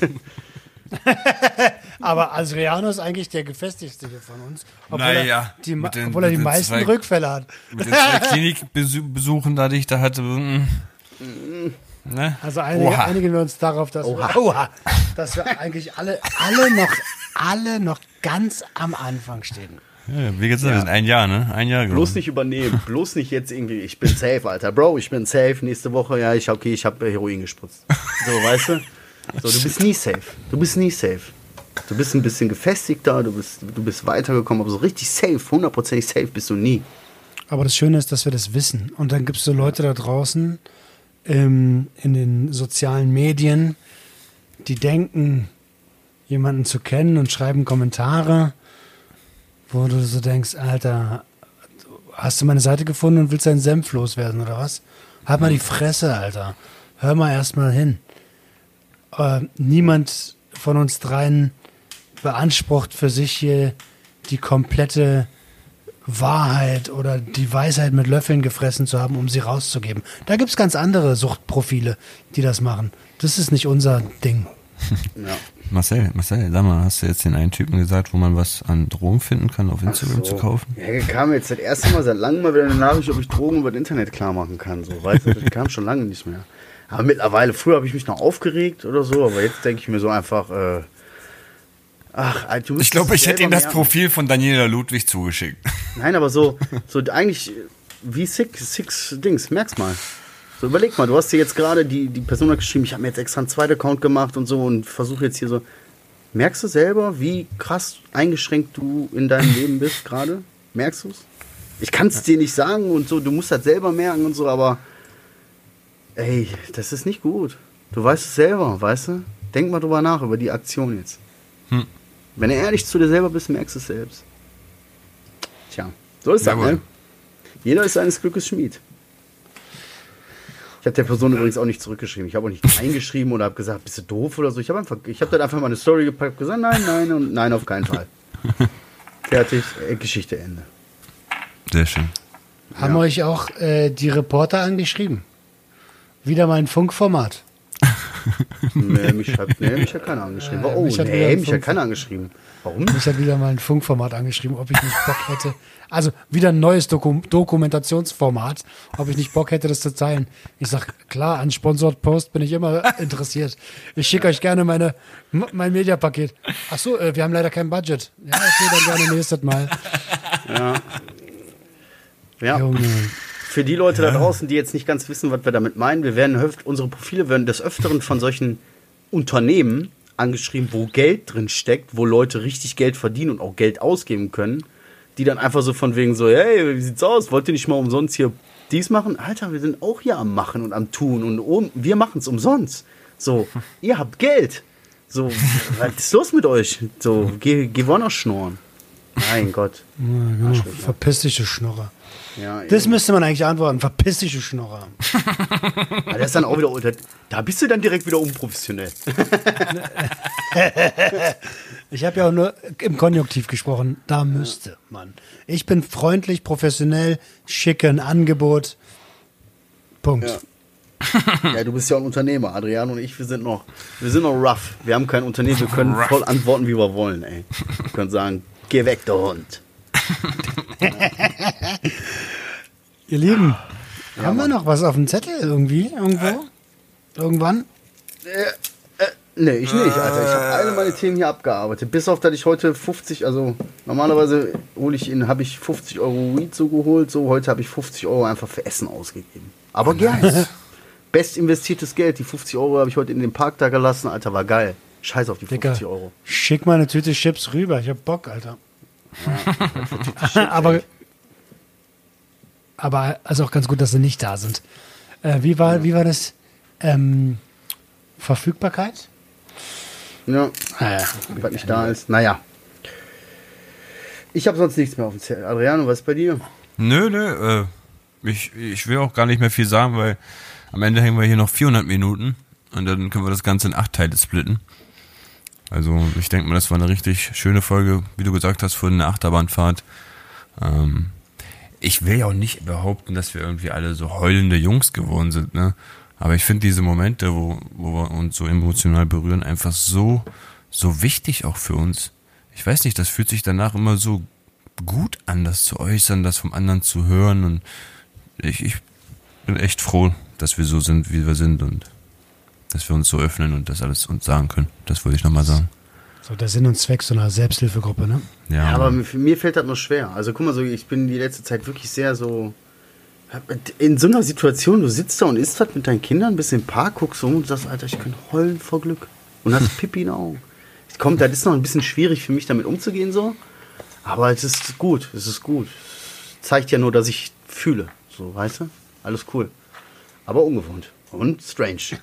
Aber Adriano ist eigentlich der gefestigste hier von uns. Obwohl, Naja, er, die, mit den- obwohl er die mit den meisten zwei- Rückfälle hat. Mit den zwei Klinikbesuchen, da die ich da hatte. mm, Ne? Also einige, Oha. einigen wir uns darauf, dass, Oha. Wir, oha, dass wir eigentlich alle, alle, noch, alle noch ganz am Anfang stehen. Ja, wie geht's denn? Ein Jahr, ne? Ein Jahr Bloß geworden. nicht übernehmen, bloß nicht jetzt irgendwie, ich bin safe, Alter. Bro, ich bin safe, nächste Woche, ja, ich, okay, ich habe Heroin gespritzt. So, weißt du? So, du bist nie safe. Du bist nie safe. Du bist ein bisschen gefestigter, du bist, du bist weitergekommen, aber so richtig safe, hundertprozentig safe bist du nie. Aber das Schöne ist, dass wir das wissen. Und dann gibt es so Leute da draußen ähm, in den sozialen Medien, die denken, jemanden zu kennen und schreiben Kommentare. wo du so denkst, Alter, hast du meine Seite gefunden und willst deinen Senf loswerden oder was? Halt mal die Fresse, Alter. Hör mal erstmal hin. Äh, niemand von uns dreien beansprucht für sich hier die komplette Wahrheit oder die Weisheit mit Löffeln gefressen zu haben, um sie rauszugeben. Da gibt es ganz andere Suchtprofile, die das machen. Das ist nicht unser Ding. Ja. Marcel, Marcel, sag mal, hast du jetzt den einen Typen gesagt, wo man was an Drogen finden kann, auf Instagram so. zu kaufen? Ja, kam jetzt das erste Mal seit langem mal wieder eine Nachricht, ob ich Drogen über das Internet klar machen kann. So, weißt du, das kam schon lange nicht mehr. Aber mittlerweile, früher habe ich mich noch aufgeregt oder so, aber jetzt denke ich mir so einfach, äh, ach, du ich glaube, ich hätte ihm das merken. Profil von Daniela Ludwig zugeschickt. Nein, aber so, so eigentlich wie Six, Six Dings, merk's mal. So, überleg mal, du hast dir jetzt gerade die, die Person hat geschrieben, ich habe mir jetzt extra einen zweiten Account gemacht und so und versuche jetzt hier so. Merkst du selber, wie krass eingeschränkt du in deinem Leben bist gerade? Merkst du es? Ich kann es dir nicht sagen und so, du musst das selber merken und so, aber ey, das ist nicht gut. Du weißt es selber, weißt du? Denk mal drüber nach, über die Aktion jetzt. Hm. Wenn du ehrlich zu dir selber bist, merkst du es selbst. Tja, so ist das, ne? Jeder ist seines Glückes Schmied. Ich habe der Person übrigens auch nicht zurückgeschrieben. Ich habe auch nicht eingeschrieben oder habe gesagt, bist du doof oder so. Ich habe einfach, ich habe dann einfach mal eine Story gepackt und gesagt, nein, nein und nein, auf keinen Fall. Fertig, äh, Geschichte, Ende. Sehr schön. Haben Ja. euch auch äh, die Reporter angeschrieben? Wieder mal ein Funkformat. Nee, mich hat, nee, mich hat keiner angeschrieben. Äh, Oh, mich hat wieder nee, ein mich hat Funk- keiner angeschrieben. Warum? Mich hat wieder mal ein Funkformat angeschrieben, ob ich nicht Bock hätte. Also wieder ein neues Doku Dokumentationsformat, ob ich nicht Bock hätte, das zu teilen. Ich sag, klar, an Sponsored Post bin ich immer interessiert. Ich schicke euch gerne meine, mein Mediapaket. Ach so, äh, wir haben leider kein Budget. Ja, okay, dann gerne nächstes Mal. Ja. Ja. Junge. Für die Leute da draußen, die jetzt nicht ganz wissen, was wir damit meinen, wir werden höf- unsere Profile werden des Öfteren von solchen Unternehmen angeschrieben, wo Geld drin steckt, wo Leute richtig Geld verdienen und auch Geld ausgeben können, die dann einfach so von wegen so, hey, wie sieht's aus? Wollt ihr nicht mal umsonst hier dies machen? Alter, wir sind auch hier am Machen und am Tun und um, wir machen es umsonst. So, ihr habt Geld. So, was ist los mit euch? So, geh, geh woanders schnorren. Mein Gott. Ja, genau. Verpiss dich, du Schnorrer. Ja, Das eben. müsste man eigentlich antworten. Verpiss dich, du Schnorrer. Aber das ist dann auch wieder unter. Da bist du dann direkt wieder unprofessionell. Ich habe ja auch nur im Konjunktiv gesprochen. Da müsste man. Ich bin freundlich, professionell, schicke ein Angebot. Punkt. Ja. Ja, du bist ja ein Unternehmer. Adrian und ich, wir sind noch, wir sind noch rough. Wir haben kein Unternehmen. Wir können voll antworten, wie wir wollen, ey. Wir können sagen, geh weg, der Hund. Ihr Lieben, haben wir noch was auf dem Zettel irgendwie? Irgendwo? Irgendwann? Nee, ich nicht, Alter. Ich habe alle meine Themen hier abgearbeitet. Bis auf, dass ich heute fünfzig, also normalerweise hole ich in, habe ich fünfzig Euro Weed so geholt. So, heute habe ich fünfzig Euro einfach für Essen ausgegeben. Aber gerne. Best investiertes Geld. Die fünfzig Euro habe ich heute in den Park da gelassen. Alter, war geil. Scheiß auf die Dicker, fünfzig Euro. schick mal eine Tüte Chips rüber. Ich hab Bock, Alter. aber, aber also auch ganz gut, dass sie nicht da sind. Äh, wie, war, wie war das? Ähm, Verfügbarkeit? Ja, Ah, ja. was nicht da ist. Naja. Ich habe sonst nichts mehr auf dem Zettel. Adriano, was ist bei dir? Nö, nö, äh, ich, ich will auch gar nicht mehr viel sagen, weil am Ende hängen wir hier noch vierhundert Minuten und dann können wir das Ganze in acht Teile splitten. Also ich denke mal, das war eine richtig schöne Folge, wie du gesagt hast, für eine Achterbahnfahrt. Ähm, ich will ja auch nicht behaupten, dass wir irgendwie alle so heulende Jungs geworden sind, ne? Aber ich finde diese Momente, wo, wo wir uns so emotional berühren, einfach so, so wichtig auch für uns. Ich weiß nicht, das fühlt sich danach immer so gut an, das zu äußern, das vom anderen zu hören und ich, ich bin echt froh, dass wir so sind, wie wir sind und dass wir uns so öffnen und das alles uns sagen können. Das wollte ich nochmal sagen. So der Sinn und Zweck so einer Selbsthilfegruppe, ne? Ja, Ja, aber Mann. für mir fällt das nur schwer. Also guck mal, so, ich bin die letzte Zeit wirklich sehr so. In so einer Situation, du sitzt da und isst das mit deinen Kindern, bist im Park, guckst rum und sagst, Alter, ich kann heulen vor Glück. Und hast Pipi in den Augen. Kommt, das ist noch ein bisschen schwierig für mich, damit umzugehen, so. Aber es ist gut, es ist gut. Es zeigt ja nur, dass ich fühle. So, weißt du? Alles cool. Aber ungewohnt. Und strange.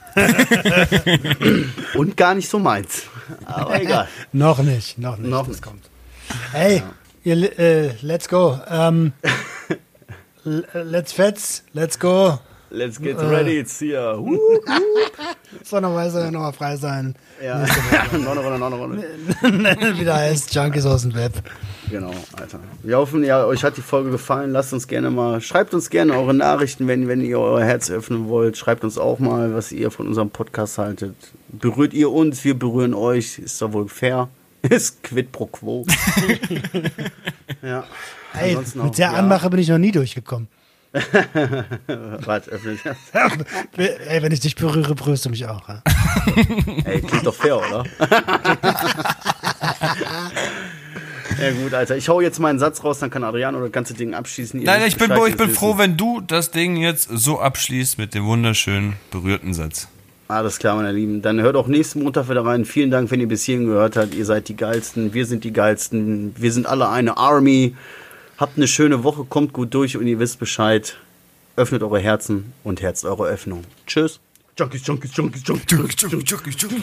Und gar nicht so meins. Aber egal. Noch nicht, noch nicht. Noch das nicht. kommt. Hey, Ihr, äh, let's go. Ähm, let's fetz, let's go. Let's get ready, it's here. Uh, Sonderweise nochmal frei sein. ja, noch eine Runde, noch eine Runde. Wieder heißt Junkies aus dem Web. Genau, Alter. Wir hoffen, ja, euch hat die Folge gefallen. Lasst uns gerne mal, schreibt uns gerne eure Nachrichten, wenn, wenn ihr euer Herz öffnen wollt. Schreibt uns auch mal, was ihr von unserem Podcast haltet. Berührt ihr uns, wir berühren euch. Ist doch wohl fair. Ist quid pro quo. Ja. Ey, Ansonsten mit auch, der ja. Anmache bin ich noch nie durchgekommen. Warte, öffnet das. Ey, wenn ich dich berühre, berührst du mich auch. Ja? Ey, klingt doch fair, oder? Ja gut, Alter. Ich hau jetzt mal einen Satz raus, dann kann Adriano das ganze Ding abschließen. Ihr Nein, wisst ich bin, Bescheid, ich bin ihr froh, wisst. wenn du das Ding jetzt so abschließt mit dem wunderschönen, berührten Satz. Alles klar, meine Lieben. Dann hört auch nächsten Montag wieder rein. Vielen Dank, wenn ihr bis hierhin gehört habt. Ihr seid die Geilsten. Wir sind die Geilsten. Wir sind alle eine Army. Habt eine schöne Woche. Kommt gut durch und ihr wisst Bescheid. Öffnet eure Herzen und herzt eure Öffnung. Tschüss. Junkies, Junkies, Junkies, Junkies, Junkies, Junkies, Junkies, Junkies.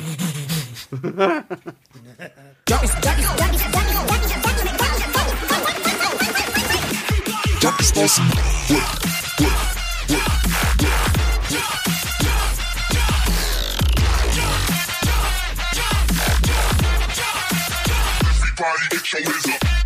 Junkies aus dem Web. Everybody get your hands up.